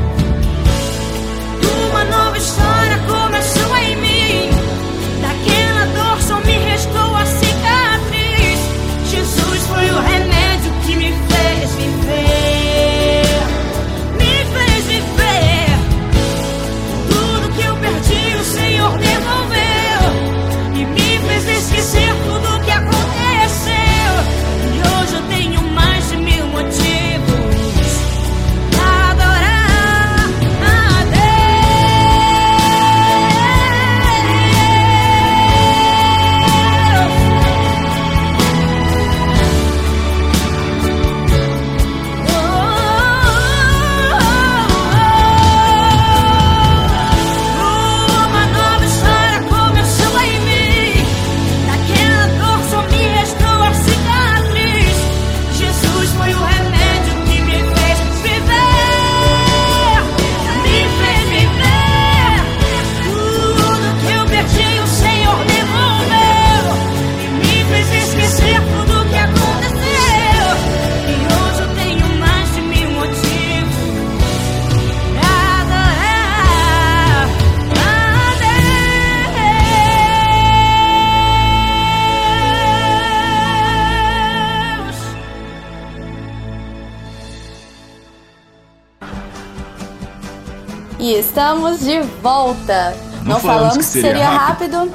Uma nova história começou em mim, daquela dor só me restou a cicatriz. Jesus foi o remédio que me fez viver, me fez viver. Tudo que eu perdi o Senhor devolveu e me fez esquecer tudo o que aconteceu. E hoje eu tenho mais de 1000 motivos pra adorar a Uma nova história começou em mim, daquela dor só me restou a cicatriz. Jesus foi o remédio que me fez viver, me fez viver. Tudo que eu perdi o Senhor devolveu e me fez esquecer tudo o que aconteceu. E hoje eu tenho mais de 1000 motivos pra adorar a Deus. E estamos de volta. Não falamos que seria rápido.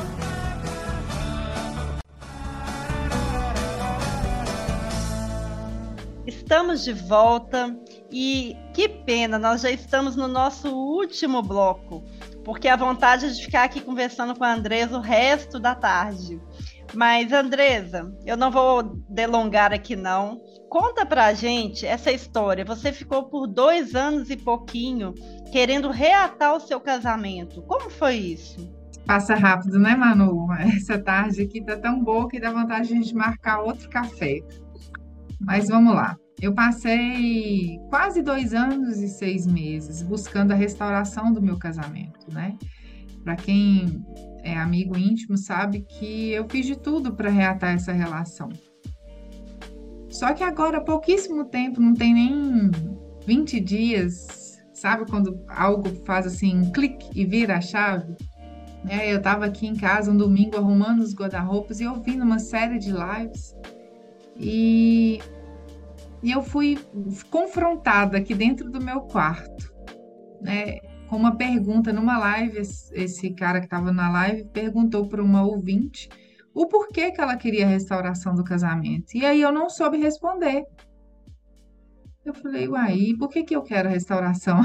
Estamos de volta e que pena, nós já estamos no nosso último bloco, porque a vontade é de ficar aqui conversando com a Andresa o resto da tarde. Mas, Andresa, eu não vou delongar aqui não. Conta pra gente essa história. Você ficou por 2 anos e pouquinho querendo reatar o seu casamento. Como foi isso? Passa rápido, né, Manu? Essa tarde aqui tá tão boa que dá vontade de a gente marcar outro café. Mas vamos lá. Eu passei quase 2 anos e 6 meses buscando a restauração do meu casamento, né? Para quem é amigo íntimo sabe que eu fiz de tudo para reatar essa relação. Só que agora, há pouquíssimo tempo, não tem nem 20 dias, sabe quando algo faz assim um clique e vira a chave? Eu estava aqui em casa um domingo arrumando os guarda-roupas e ouvindo uma série de lives e eu fui confrontada aqui dentro do meu quarto, né, com uma pergunta numa live. Esse cara que estava na live perguntou para uma ouvinte o porquê que ela queria a restauração do casamento. E aí eu não soube responder. Eu falei, uai, e por que que eu quero a restauração?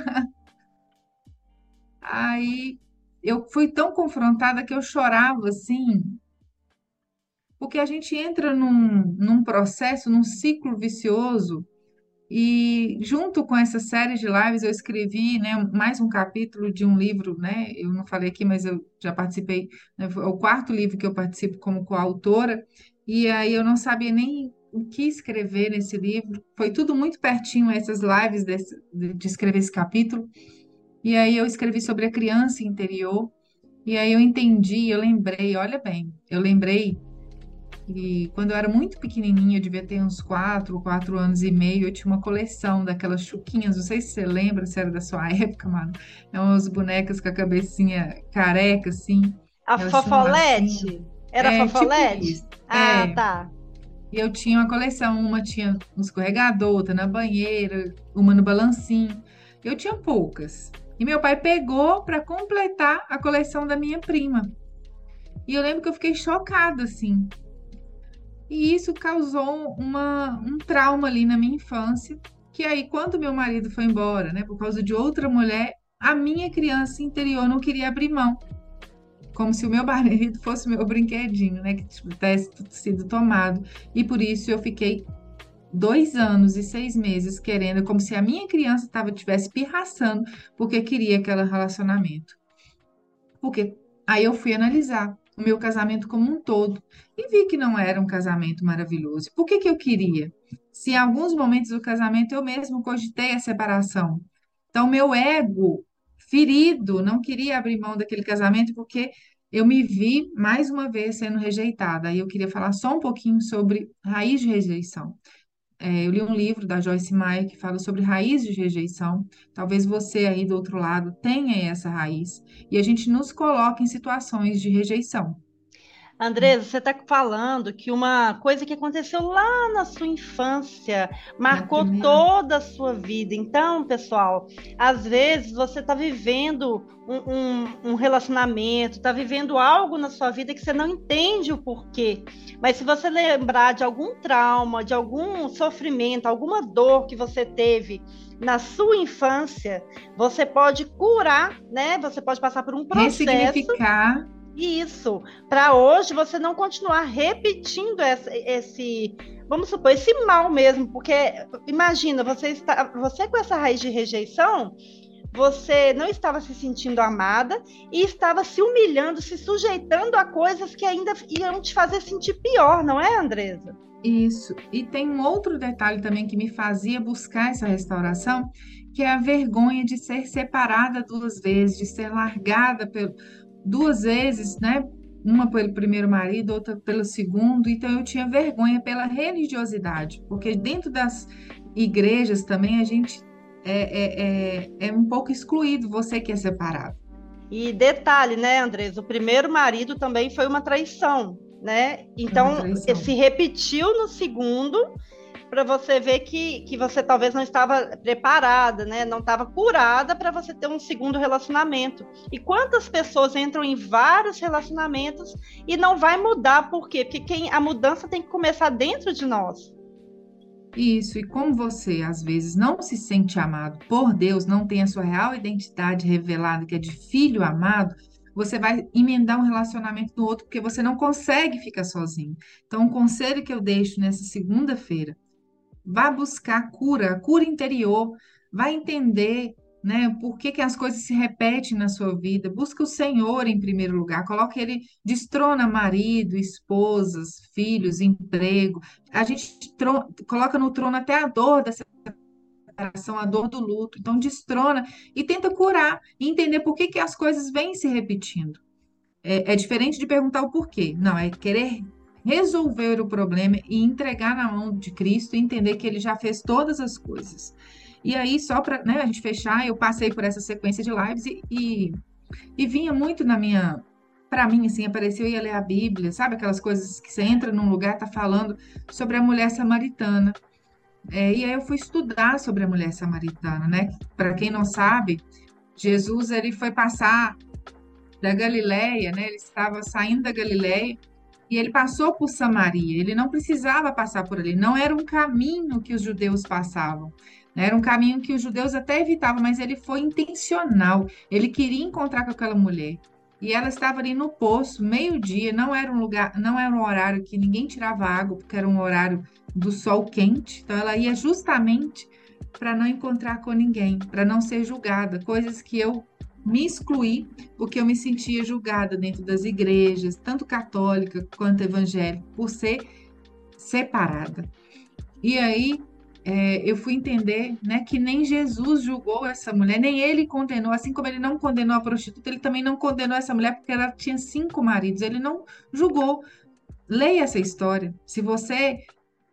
Aí eu fui tão confrontada que eu chorava assim, porque a gente entra num processo, num ciclo vicioso. E junto com essa série de lives eu escrevi, né, mais um capítulo de um livro, né? Eu não falei aqui, mas eu já participei, né, foi o quarto livro que eu participo como coautora. E aí eu não sabia nem o que escrever nesse livro. Foi tudo muito pertinho essas lives de escrever esse capítulo. E aí eu escrevi sobre a criança interior. E aí eu entendi, eu lembrei, olha bem, eu lembrei. E quando eu era muito pequenininha, eu devia ter uns 4 anos e meio, eu tinha uma coleção daquelas chuquinhas, não sei se você lembra, se era da sua época, mano. É umas bonecas com a cabecinha careca, assim. A Elas tinham um lacinho. Fofolete? Era Tipo Fofolete? isso. Ah, tá. E eu tinha uma coleção, uma tinha um escorregador, outra na banheira, uma no balancinho. Eu tinha poucas. E meu pai pegou para completar a coleção da minha prima. E eu lembro que eu fiquei chocada, assim. E isso causou um trauma ali na minha infância, que aí quando meu marido foi embora, né, por causa de outra mulher, a minha criança interior não queria abrir mão, como se o meu marido fosse meu brinquedinho, né, que tivesse sido tomado. E por isso eu fiquei 2 anos e 6 meses querendo, como se a minha criança tivesse pirraçando, porque queria aquele relacionamento. Porque aí eu fui analisar o meu casamento como um todo e vi que não era um casamento maravilhoso. Por que que eu queria? Se em alguns momentos do casamento eu mesmo cogitei a separação. Então, meu ego ferido não queria abrir mão daquele casamento porque eu me vi mais uma vez sendo rejeitada. Aí eu queria falar só um pouquinho sobre raiz de rejeição. Eu li um livro da Joyce Meyer que fala sobre raiz de rejeição. Talvez você aí do outro lado tenha essa raiz. E a gente nos coloca em situações de rejeição. Andresa, você está falando que uma coisa que aconteceu lá na sua infância marcou primeira- toda a sua vida. Então, pessoal, às vezes você está vivendo um relacionamento, está vivendo algo na sua vida que você não entende o porquê. Mas se você lembrar de algum trauma, de algum sofrimento, alguma dor que você teve na sua infância, você pode curar, né? Você pode passar por um processo. Ressignificar. Isso, para hoje você não continuar repetindo vamos supor, esse mal mesmo, porque imagina, você com essa raiz de rejeição, você não estava se sentindo amada e estava se humilhando, se sujeitando a coisas que ainda iam te fazer sentir pior, não é, Andresa? Isso. E tem um outro detalhe também que me fazia buscar essa restauração, que é a vergonha de ser separada 2 vezes, de ser largada 2 vezes, né? Uma pelo primeiro marido, outra pelo segundo. Então eu tinha vergonha pela religiosidade, porque dentro das igrejas também a gente é um pouco excluído, você que é separado. E detalhe, né, Andresa? O primeiro marido também foi uma traição, né? Então, se repetiu no segundo, para você ver que você talvez não estava preparada, né? Não estava curada para você ter um segundo relacionamento. E quantas pessoas entram em vários relacionamentos e não vai mudar, por quê? Porque a mudança tem que começar dentro de nós. Isso, e como você às vezes não se sente amado por Deus, não tem a sua real identidade revelada, que é de filho amado, você vai emendar um relacionamento no outro, porque você não consegue ficar sozinho. Então, o conselho que eu deixo nessa segunda-feira: vá buscar a cura interior, vai entender, né, por que que as coisas se repetem na sua vida. Busca o Senhor em primeiro lugar, coloca ele, destrona marido, esposas, filhos, emprego. A gente coloca no trono até a dor da separação, a dor do luto. Então, destrona e tenta curar e entender por que que as coisas vêm se repetindo. É diferente de perguntar o porquê. Não, é querer resolver o problema e entregar na mão de Cristo e entender que ele já fez todas as coisas. E aí, só para, né, a gente fechar, eu passei por essa sequência de lives e vinha muito para mim, assim, apareceu, eu ia ler a Bíblia, sabe aquelas coisas que você entra num lugar, tá falando sobre a mulher samaritana. E aí eu fui estudar sobre a mulher samaritana, né? Para quem não sabe, Jesus, ele foi passar da Galileia, né? Ele estava saindo da Galileia e ele passou por Samaria. Ele não precisava passar por ali. Não era um caminho que os judeus passavam, né? Era um caminho que os judeus até evitavam, mas ele foi intencional. Ele queria encontrar com aquela mulher. E ela estava ali no poço, meio-dia, não era um lugar, não era um horário que ninguém tirava água, porque era um horário do sol quente. Então ela ia justamente para não encontrar com ninguém, para não ser julgada, coisas que eu me excluí, porque eu me sentia julgada dentro das igrejas, tanto católica quanto evangélica, por ser separada. E aí eu fui entender, né, que nem Jesus julgou essa mulher, nem ele condenou, assim como ele não condenou a prostituta, ele também não condenou essa mulher porque ela tinha 5 maridos, ele não julgou. Leia essa história. Se você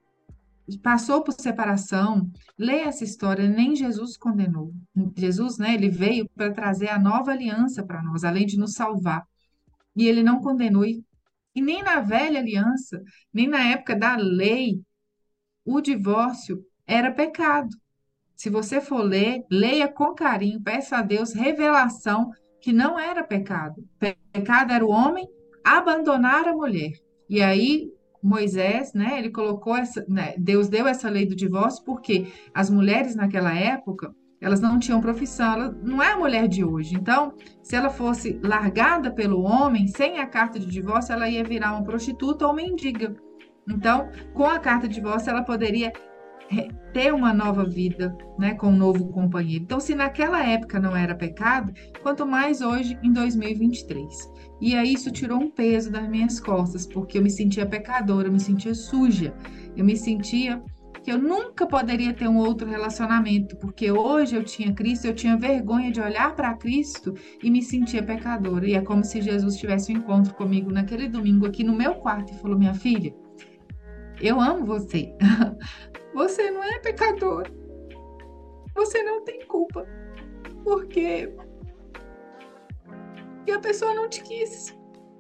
passou por separação, leia essa história, nem Jesus condenou. Jesus, né, ele veio para trazer a nova aliança para nós, além de nos salvar. E ele não condenou. E nem na velha aliança, nem na época da lei, o divórcio era pecado. Se você for ler, leia com carinho, peça a Deus revelação que não era pecado. Pecado era o homem abandonar a mulher. E aí Moisés, né, ele colocou essa, né, Deus deu essa lei do divórcio porque as mulheres naquela época, elas não tinham profissão, ela não é a mulher de hoje. Então, se ela fosse largada pelo homem sem a carta de divórcio, ela ia virar uma prostituta ou mendiga. Então, com a carta de divórcio, ela poderia ter uma nova vida, né, com um novo companheiro. Então, se naquela época não era pecado, quanto mais hoje, em 2023. E aí isso tirou um peso das minhas costas, porque eu me sentia pecadora, eu me sentia suja, eu me sentia que eu nunca poderia ter um outro relacionamento, porque hoje eu tinha Cristo, eu tinha vergonha de olhar para Cristo e me sentia pecadora. E é como se Jesus tivesse um encontro comigo naquele domingo aqui no meu quarto e falou: minha filha, eu amo você. Você não é pecador. Você não tem culpa. Porque a pessoa não te quis.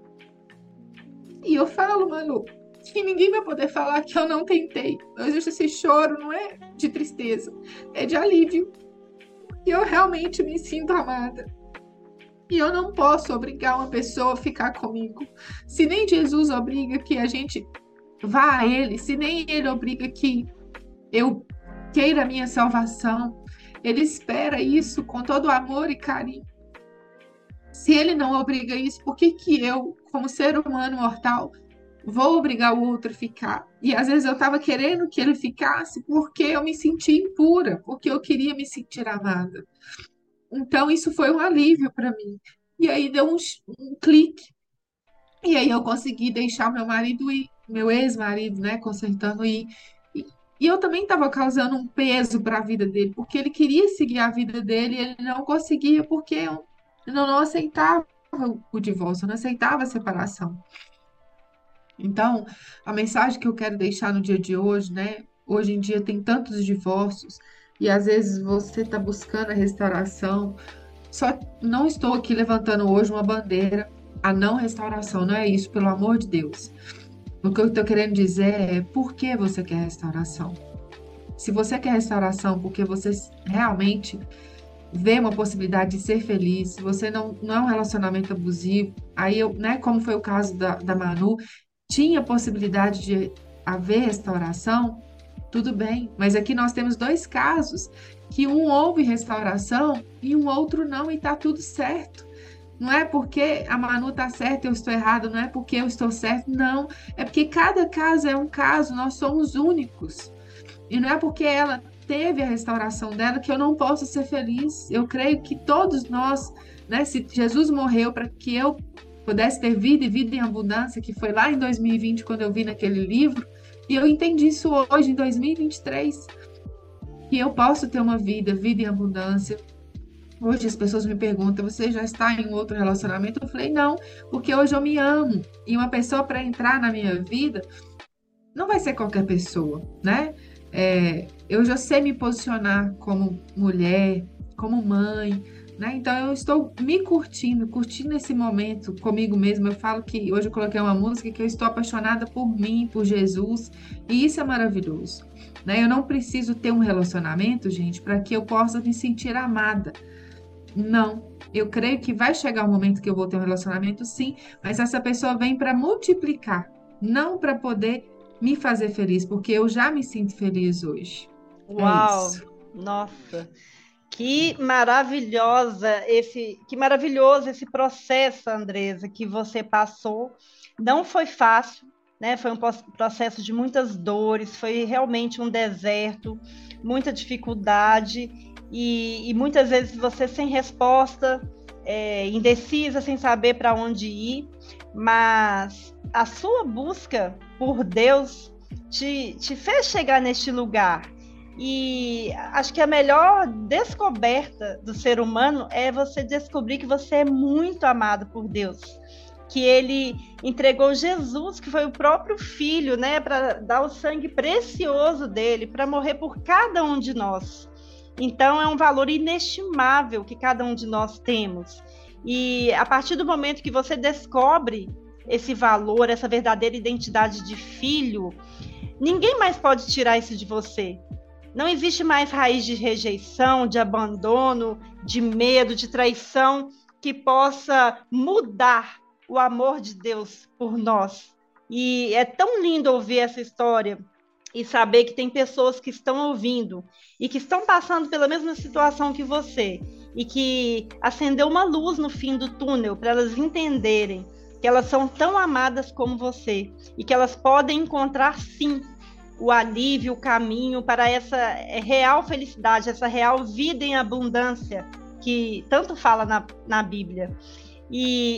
E eu falo, Manu, que ninguém vai poder falar que eu não tentei. Hoje esse choro não é de tristeza, é de alívio. E eu realmente me sinto amada. E eu não posso obrigar uma pessoa a ficar comigo. Se nem Jesus obriga que a gente vá a Ele, se nem Ele obriga que eu queira a minha salvação, Ele espera isso com todo amor e carinho. Se Ele não obriga isso, por que eu, como ser humano mortal, vou obrigar o outro a ficar? E às vezes eu estava querendo que ele ficasse porque eu me sentia impura, porque eu queria me sentir amada. Então isso foi um alívio para mim. E aí deu um clique. E aí eu consegui deixar meu marido ir, meu ex-marido, né, consertando ir. E eu também estava causando um peso para a vida dele, porque ele queria seguir a vida dele e ele não conseguia, porque eu não aceitava o divórcio, eu não aceitava a separação. Então, a mensagem que eu quero deixar no dia de hoje, né? Hoje em dia tem tantos divórcios e às vezes você está buscando a restauração. Só não estou aqui levantando hoje uma bandeira a não restauração, não é isso, pelo amor de Deus. O que eu estou querendo dizer é por que você quer restauração. Se você quer restauração porque você realmente vê uma possibilidade de ser feliz, se você não é um relacionamento abusivo, aí eu, né, como foi o caso da Manu, tinha possibilidade de haver restauração, tudo bem. Mas aqui nós temos 2 casos que um houve restauração e um outro não, e tá tudo certo. Não é porque a Manu está certa e eu estou errada, não é porque eu estou certo, não. É porque cada caso é um caso, nós somos únicos. E não é porque ela teve a restauração dela que eu não posso ser feliz. Eu creio que todos nós, né, se Jesus morreu para que eu pudesse ter vida e vida em abundância, que foi lá em 2020 quando eu vi naquele livro, e eu entendi isso hoje, em 2023, que eu posso ter uma vida em abundância. Hoje as pessoas me perguntam: você já está em outro relacionamento? Eu falei: não, porque hoje eu me amo. E uma pessoa para entrar na minha vida não vai ser qualquer pessoa, né? Eu já sei me posicionar como mulher, como mãe, né? Então eu estou me curtindo esse momento comigo mesma. Eu falo que hoje eu coloquei uma música que eu estou apaixonada por mim, por Jesus, e isso é maravilhoso, né? Eu não preciso ter um relacionamento, gente, para que eu possa me sentir amada. Não. Eu creio que vai chegar um momento que eu vou ter um relacionamento, sim, mas essa pessoa vem para multiplicar, não para poder me fazer feliz, porque eu já me sinto feliz hoje. É Uau! isso. Nossa, que maravilhoso esse processo, Andresa, que você passou. Não foi fácil, né? Foi um processo de muitas dores, foi realmente um deserto, muita dificuldade e muitas vezes você sem resposta, indecisa, sem saber para onde ir, mas a sua busca por Deus te fez chegar neste lugar. E acho que a melhor descoberta do ser humano é você descobrir que você é muito amado por Deus, que ele entregou Jesus, que foi o próprio filho, né, para dar o sangue precioso dele, para morrer por cada um de nós. Então é um valor inestimável que cada um de nós temos. E a partir do momento que você descobre esse valor, essa verdadeira identidade de filho, ninguém mais pode tirar isso de você. Não existe mais raiz de rejeição, de abandono, de medo, de traição que possa mudar o amor de Deus por nós. E é tão lindo ouvir essa história e saber que tem pessoas que estão ouvindo e que estão passando pela mesma situação que você e que acendeu uma luz no fim do túnel para elas entenderem que elas são tão amadas como você e que elas podem encontrar, sim, o alívio, o caminho para essa real felicidade, essa real vida em abundância que tanto fala na Bíblia. E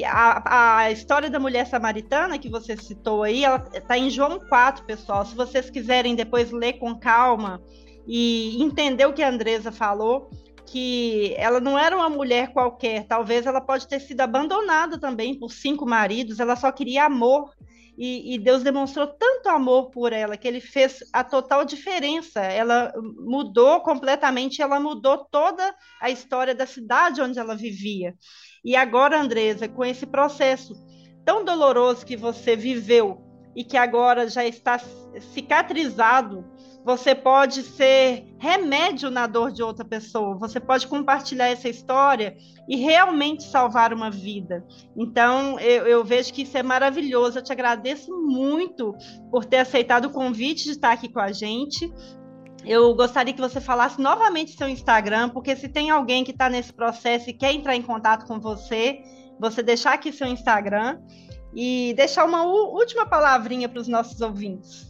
a história da mulher samaritana que você citou aí, ela está em João 4, pessoal. Se vocês quiserem depois ler com calma e entender o que a Andresa falou, que ela não era uma mulher qualquer, talvez ela pode ter sido abandonada também por 5 maridos, ela só queria amor. E Deus demonstrou tanto amor por ela que ele fez a total diferença. Ela mudou completamente, ela mudou toda a história da cidade onde ela vivia. E agora, Andresa, com esse processo tão doloroso que você viveu e que agora já está cicatrizado, você pode ser remédio na dor de outra pessoa, você pode compartilhar essa história e realmente salvar uma vida. Então, eu vejo que isso é maravilhoso. Eu te agradeço muito por ter aceitado o convite de estar aqui com a gente. Eu gostaria que você falasse novamente seu Instagram, porque se tem alguém que está nesse processo e quer entrar em contato com você, você deixar aqui seu Instagram e deixar uma última palavrinha para os nossos ouvintes.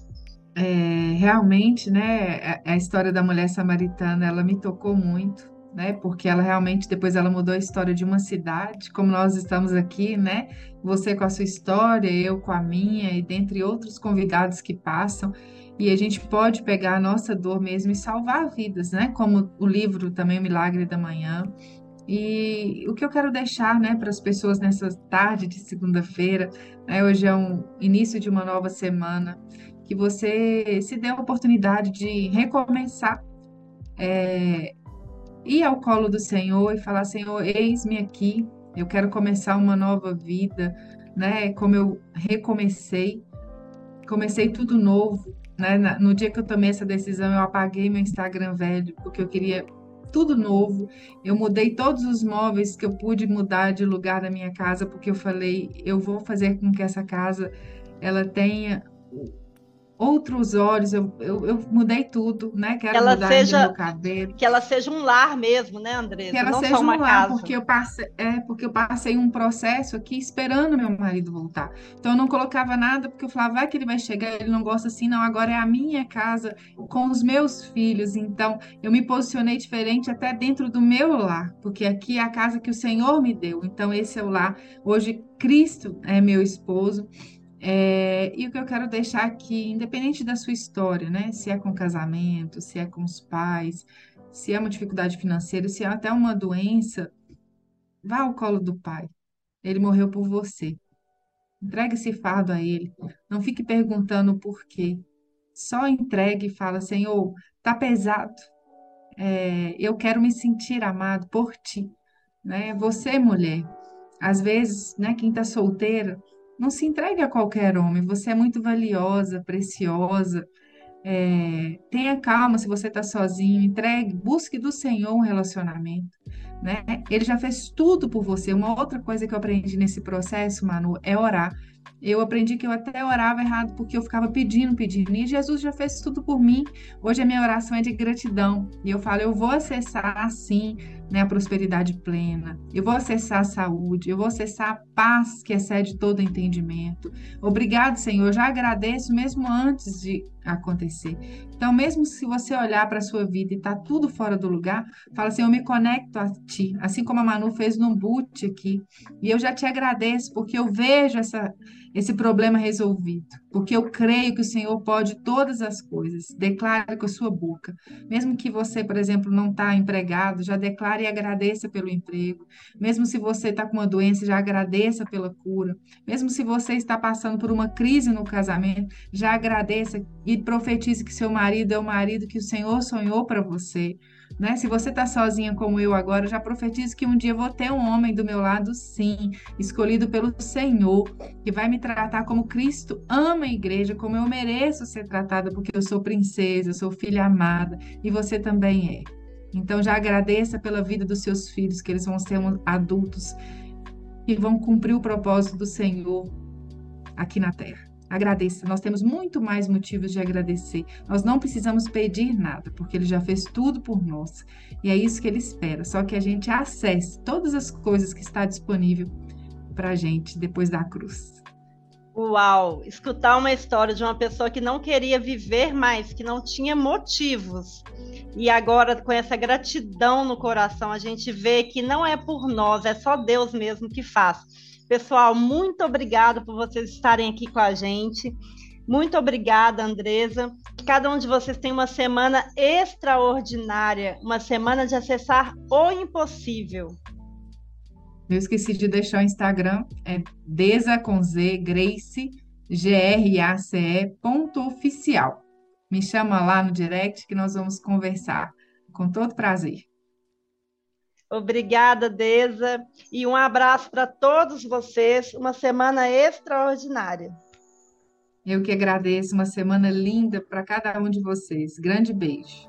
Realmente, né, a história da mulher samaritana, ela me tocou muito, né, porque ela realmente, depois ela mudou a história de uma cidade, como nós estamos aqui, né, você com a sua história, eu com a minha, e dentre outros convidados que passam, e a gente pode pegar a nossa dor mesmo e salvar vidas, né, como o livro também, O Milagre da Manhã. E o que eu quero deixar, né, para as pessoas nessa tarde de segunda-feira, né, hoje é um início de uma nova semana, que você se dê a oportunidade de recomeçar, ir ao colo do Senhor e falar: Senhor, eis-me aqui, eu quero começar uma nova vida, né? Como eu comecei tudo novo, né? No dia que eu tomei essa decisão, eu apaguei meu Instagram velho, porque eu queria tudo novo. Eu mudei todos os móveis que eu pude mudar de lugar da minha casa, porque eu falei: eu vou fazer com que essa casa ela tenha outros olhos. Eu mudei tudo, né? Quero mudar ainda meu cabelo. Que ela seja um lar mesmo, né, Andresa? Que ela não seja só uma um lar, casa. porque eu passei um processo aqui esperando meu marido voltar. Então eu não colocava nada, porque eu falava: vai que ele vai chegar, ele não gosta assim, não, agora é a minha casa com os meus filhos. Então eu me posicionei diferente até dentro do meu lar, porque aqui é a casa que o Senhor me deu. Então esse é o lar. Hoje Cristo é meu esposo. E o que eu quero deixar aqui, independente da sua história, né? Se é com casamento, se é com os pais, se é uma dificuldade financeira, se é até uma doença, vá ao colo do Pai. Ele morreu por você. Entregue esse fardo a Ele. Não fique perguntando o porquê. Só entregue e fala: Senhor, tá pesado. Eu quero me sentir amado por Ti, né? Você, mulher, às vezes, né? Quem está solteira, não se entregue a qualquer homem. Você é muito valiosa, preciosa. Tenha calma se você está sozinho. Entregue, busque do Senhor um relacionamento. né? Ele já fez tudo por você. Uma outra coisa que eu aprendi nesse processo, Manu, é orar. Eu aprendi que eu até orava errado porque eu ficava pedindo. E Jesus já fez tudo por mim. Hoje a minha oração é de gratidão. E eu falo, eu vou acessar, assim, né, a prosperidade plena. Eu vou acessar a saúde. Eu vou acessar a paz que excede todo entendimento. Obrigado, Senhor. Eu já agradeço mesmo antes de acontecer. Então, mesmo se você olhar para a sua vida e está tudo fora do lugar, fala assim, eu me conecto a Ti. Assim como a Manu fez no boot aqui. E eu já te agradeço porque eu vejo esse problema resolvido, porque eu creio que o Senhor pode todas as coisas. Declare com a sua boca. Mesmo que você, por exemplo, não está empregado, já declare e agradeça pelo emprego. Mesmo se você está com uma doença, já agradeça pela cura. Mesmo se você está passando por uma crise no casamento, já agradeça e profetize que seu marido é o marido que o Senhor sonhou para você. Né? Se você está sozinha como eu agora, já profetizo que um dia eu vou ter um homem do meu lado, sim, escolhido pelo Senhor, que vai me tratar como Cristo ama a igreja, como eu mereço ser tratada, porque eu sou princesa, eu sou filha amada, e você também é. Então já agradeça pela vida dos seus filhos, que eles vão ser adultos e vão cumprir o propósito do Senhor aqui na terra. Agradeça, nós temos muito mais motivos de agradecer. Nós não precisamos pedir nada, porque Ele já fez tudo por nós. E é isso que Ele espera, só que a gente acesse todas as coisas que está disponível para a gente depois da cruz. Uau! Escutar uma história de uma pessoa que não queria viver mais, que não tinha motivos. E agora, com essa gratidão no coração, a gente vê que não é por nós, é só Deus mesmo que faz. Pessoal, muito obrigado por vocês estarem aqui com a gente. Muito obrigada, Andresa. Que cada um de vocês tenha uma semana extraordinária, uma semana de acessar o impossível. Eu esqueci de deixar o Instagram, é Deza com Z, Grace, grace.oficial. Me chama lá no direct que nós vamos conversar com todo prazer. Obrigada, Deza, e um abraço para todos vocês, uma semana extraordinária. Eu que agradeço, uma semana linda para cada um de vocês. Grande beijo.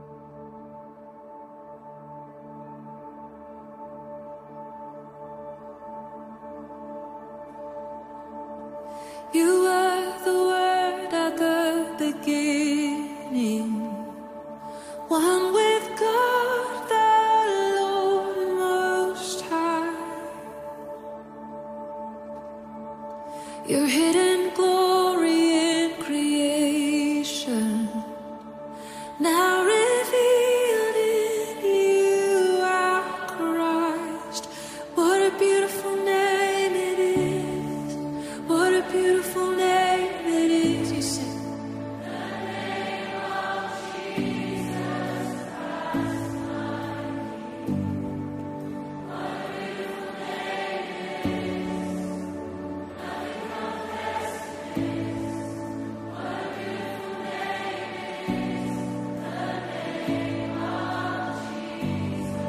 You were the Word at the beginning, one with God the Lord Most High. Your hidden glory in creation, now revealed in you, our Christ. What a beautiful name it is. What a beautiful name it is. You said the name of Jesus Christ, my King. What a beautiful name it is. Nothing compares to this. What a beautiful name it is. The name of Jesus.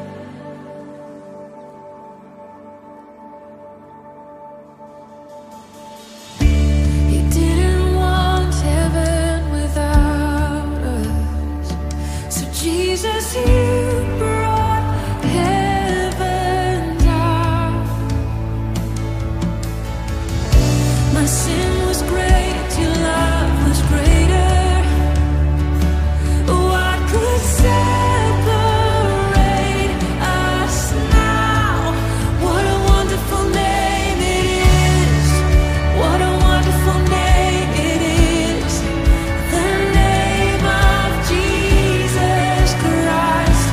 He didn't want heaven without us. So Jesus, you brought heaven down. My sin was great, your love was greater. What could separate us now? What a wonderful name it is. What a wonderful name it is. The name of Jesus Christ.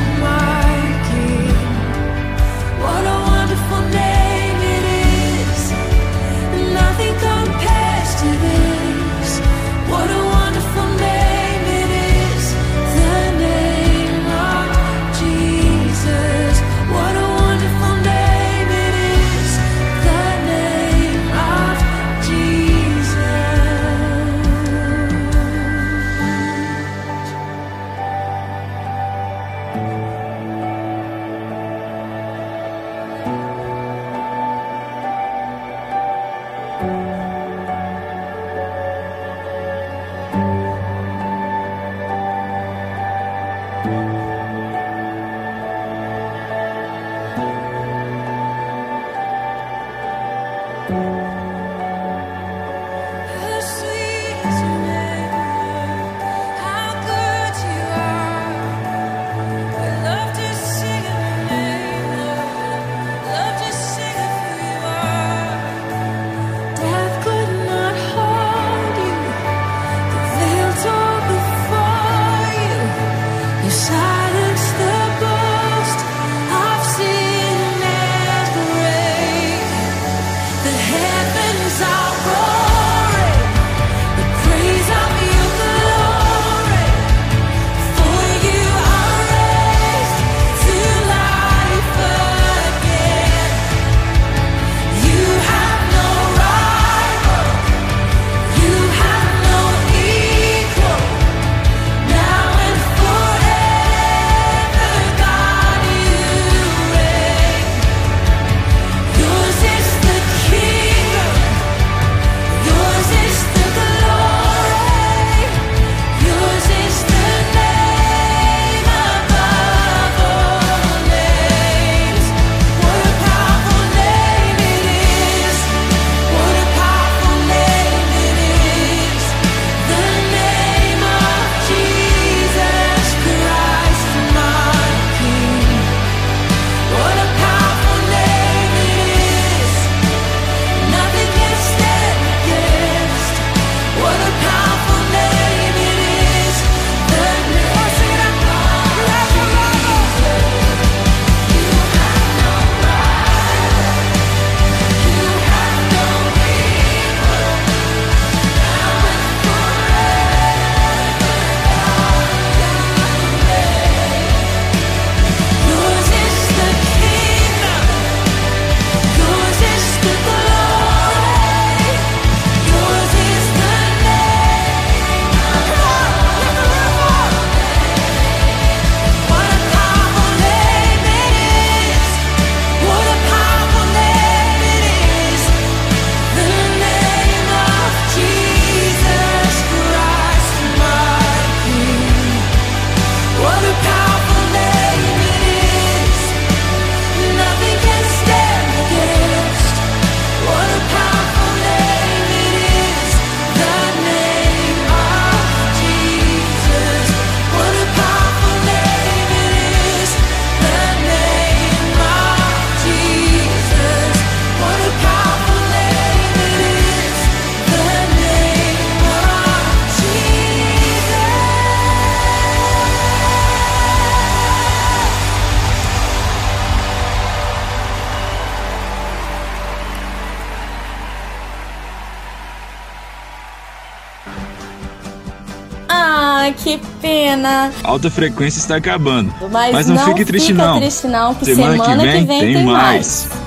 Que pena. Alta Frequência está acabando. Mas não fique triste não, que semana que vem tem mais.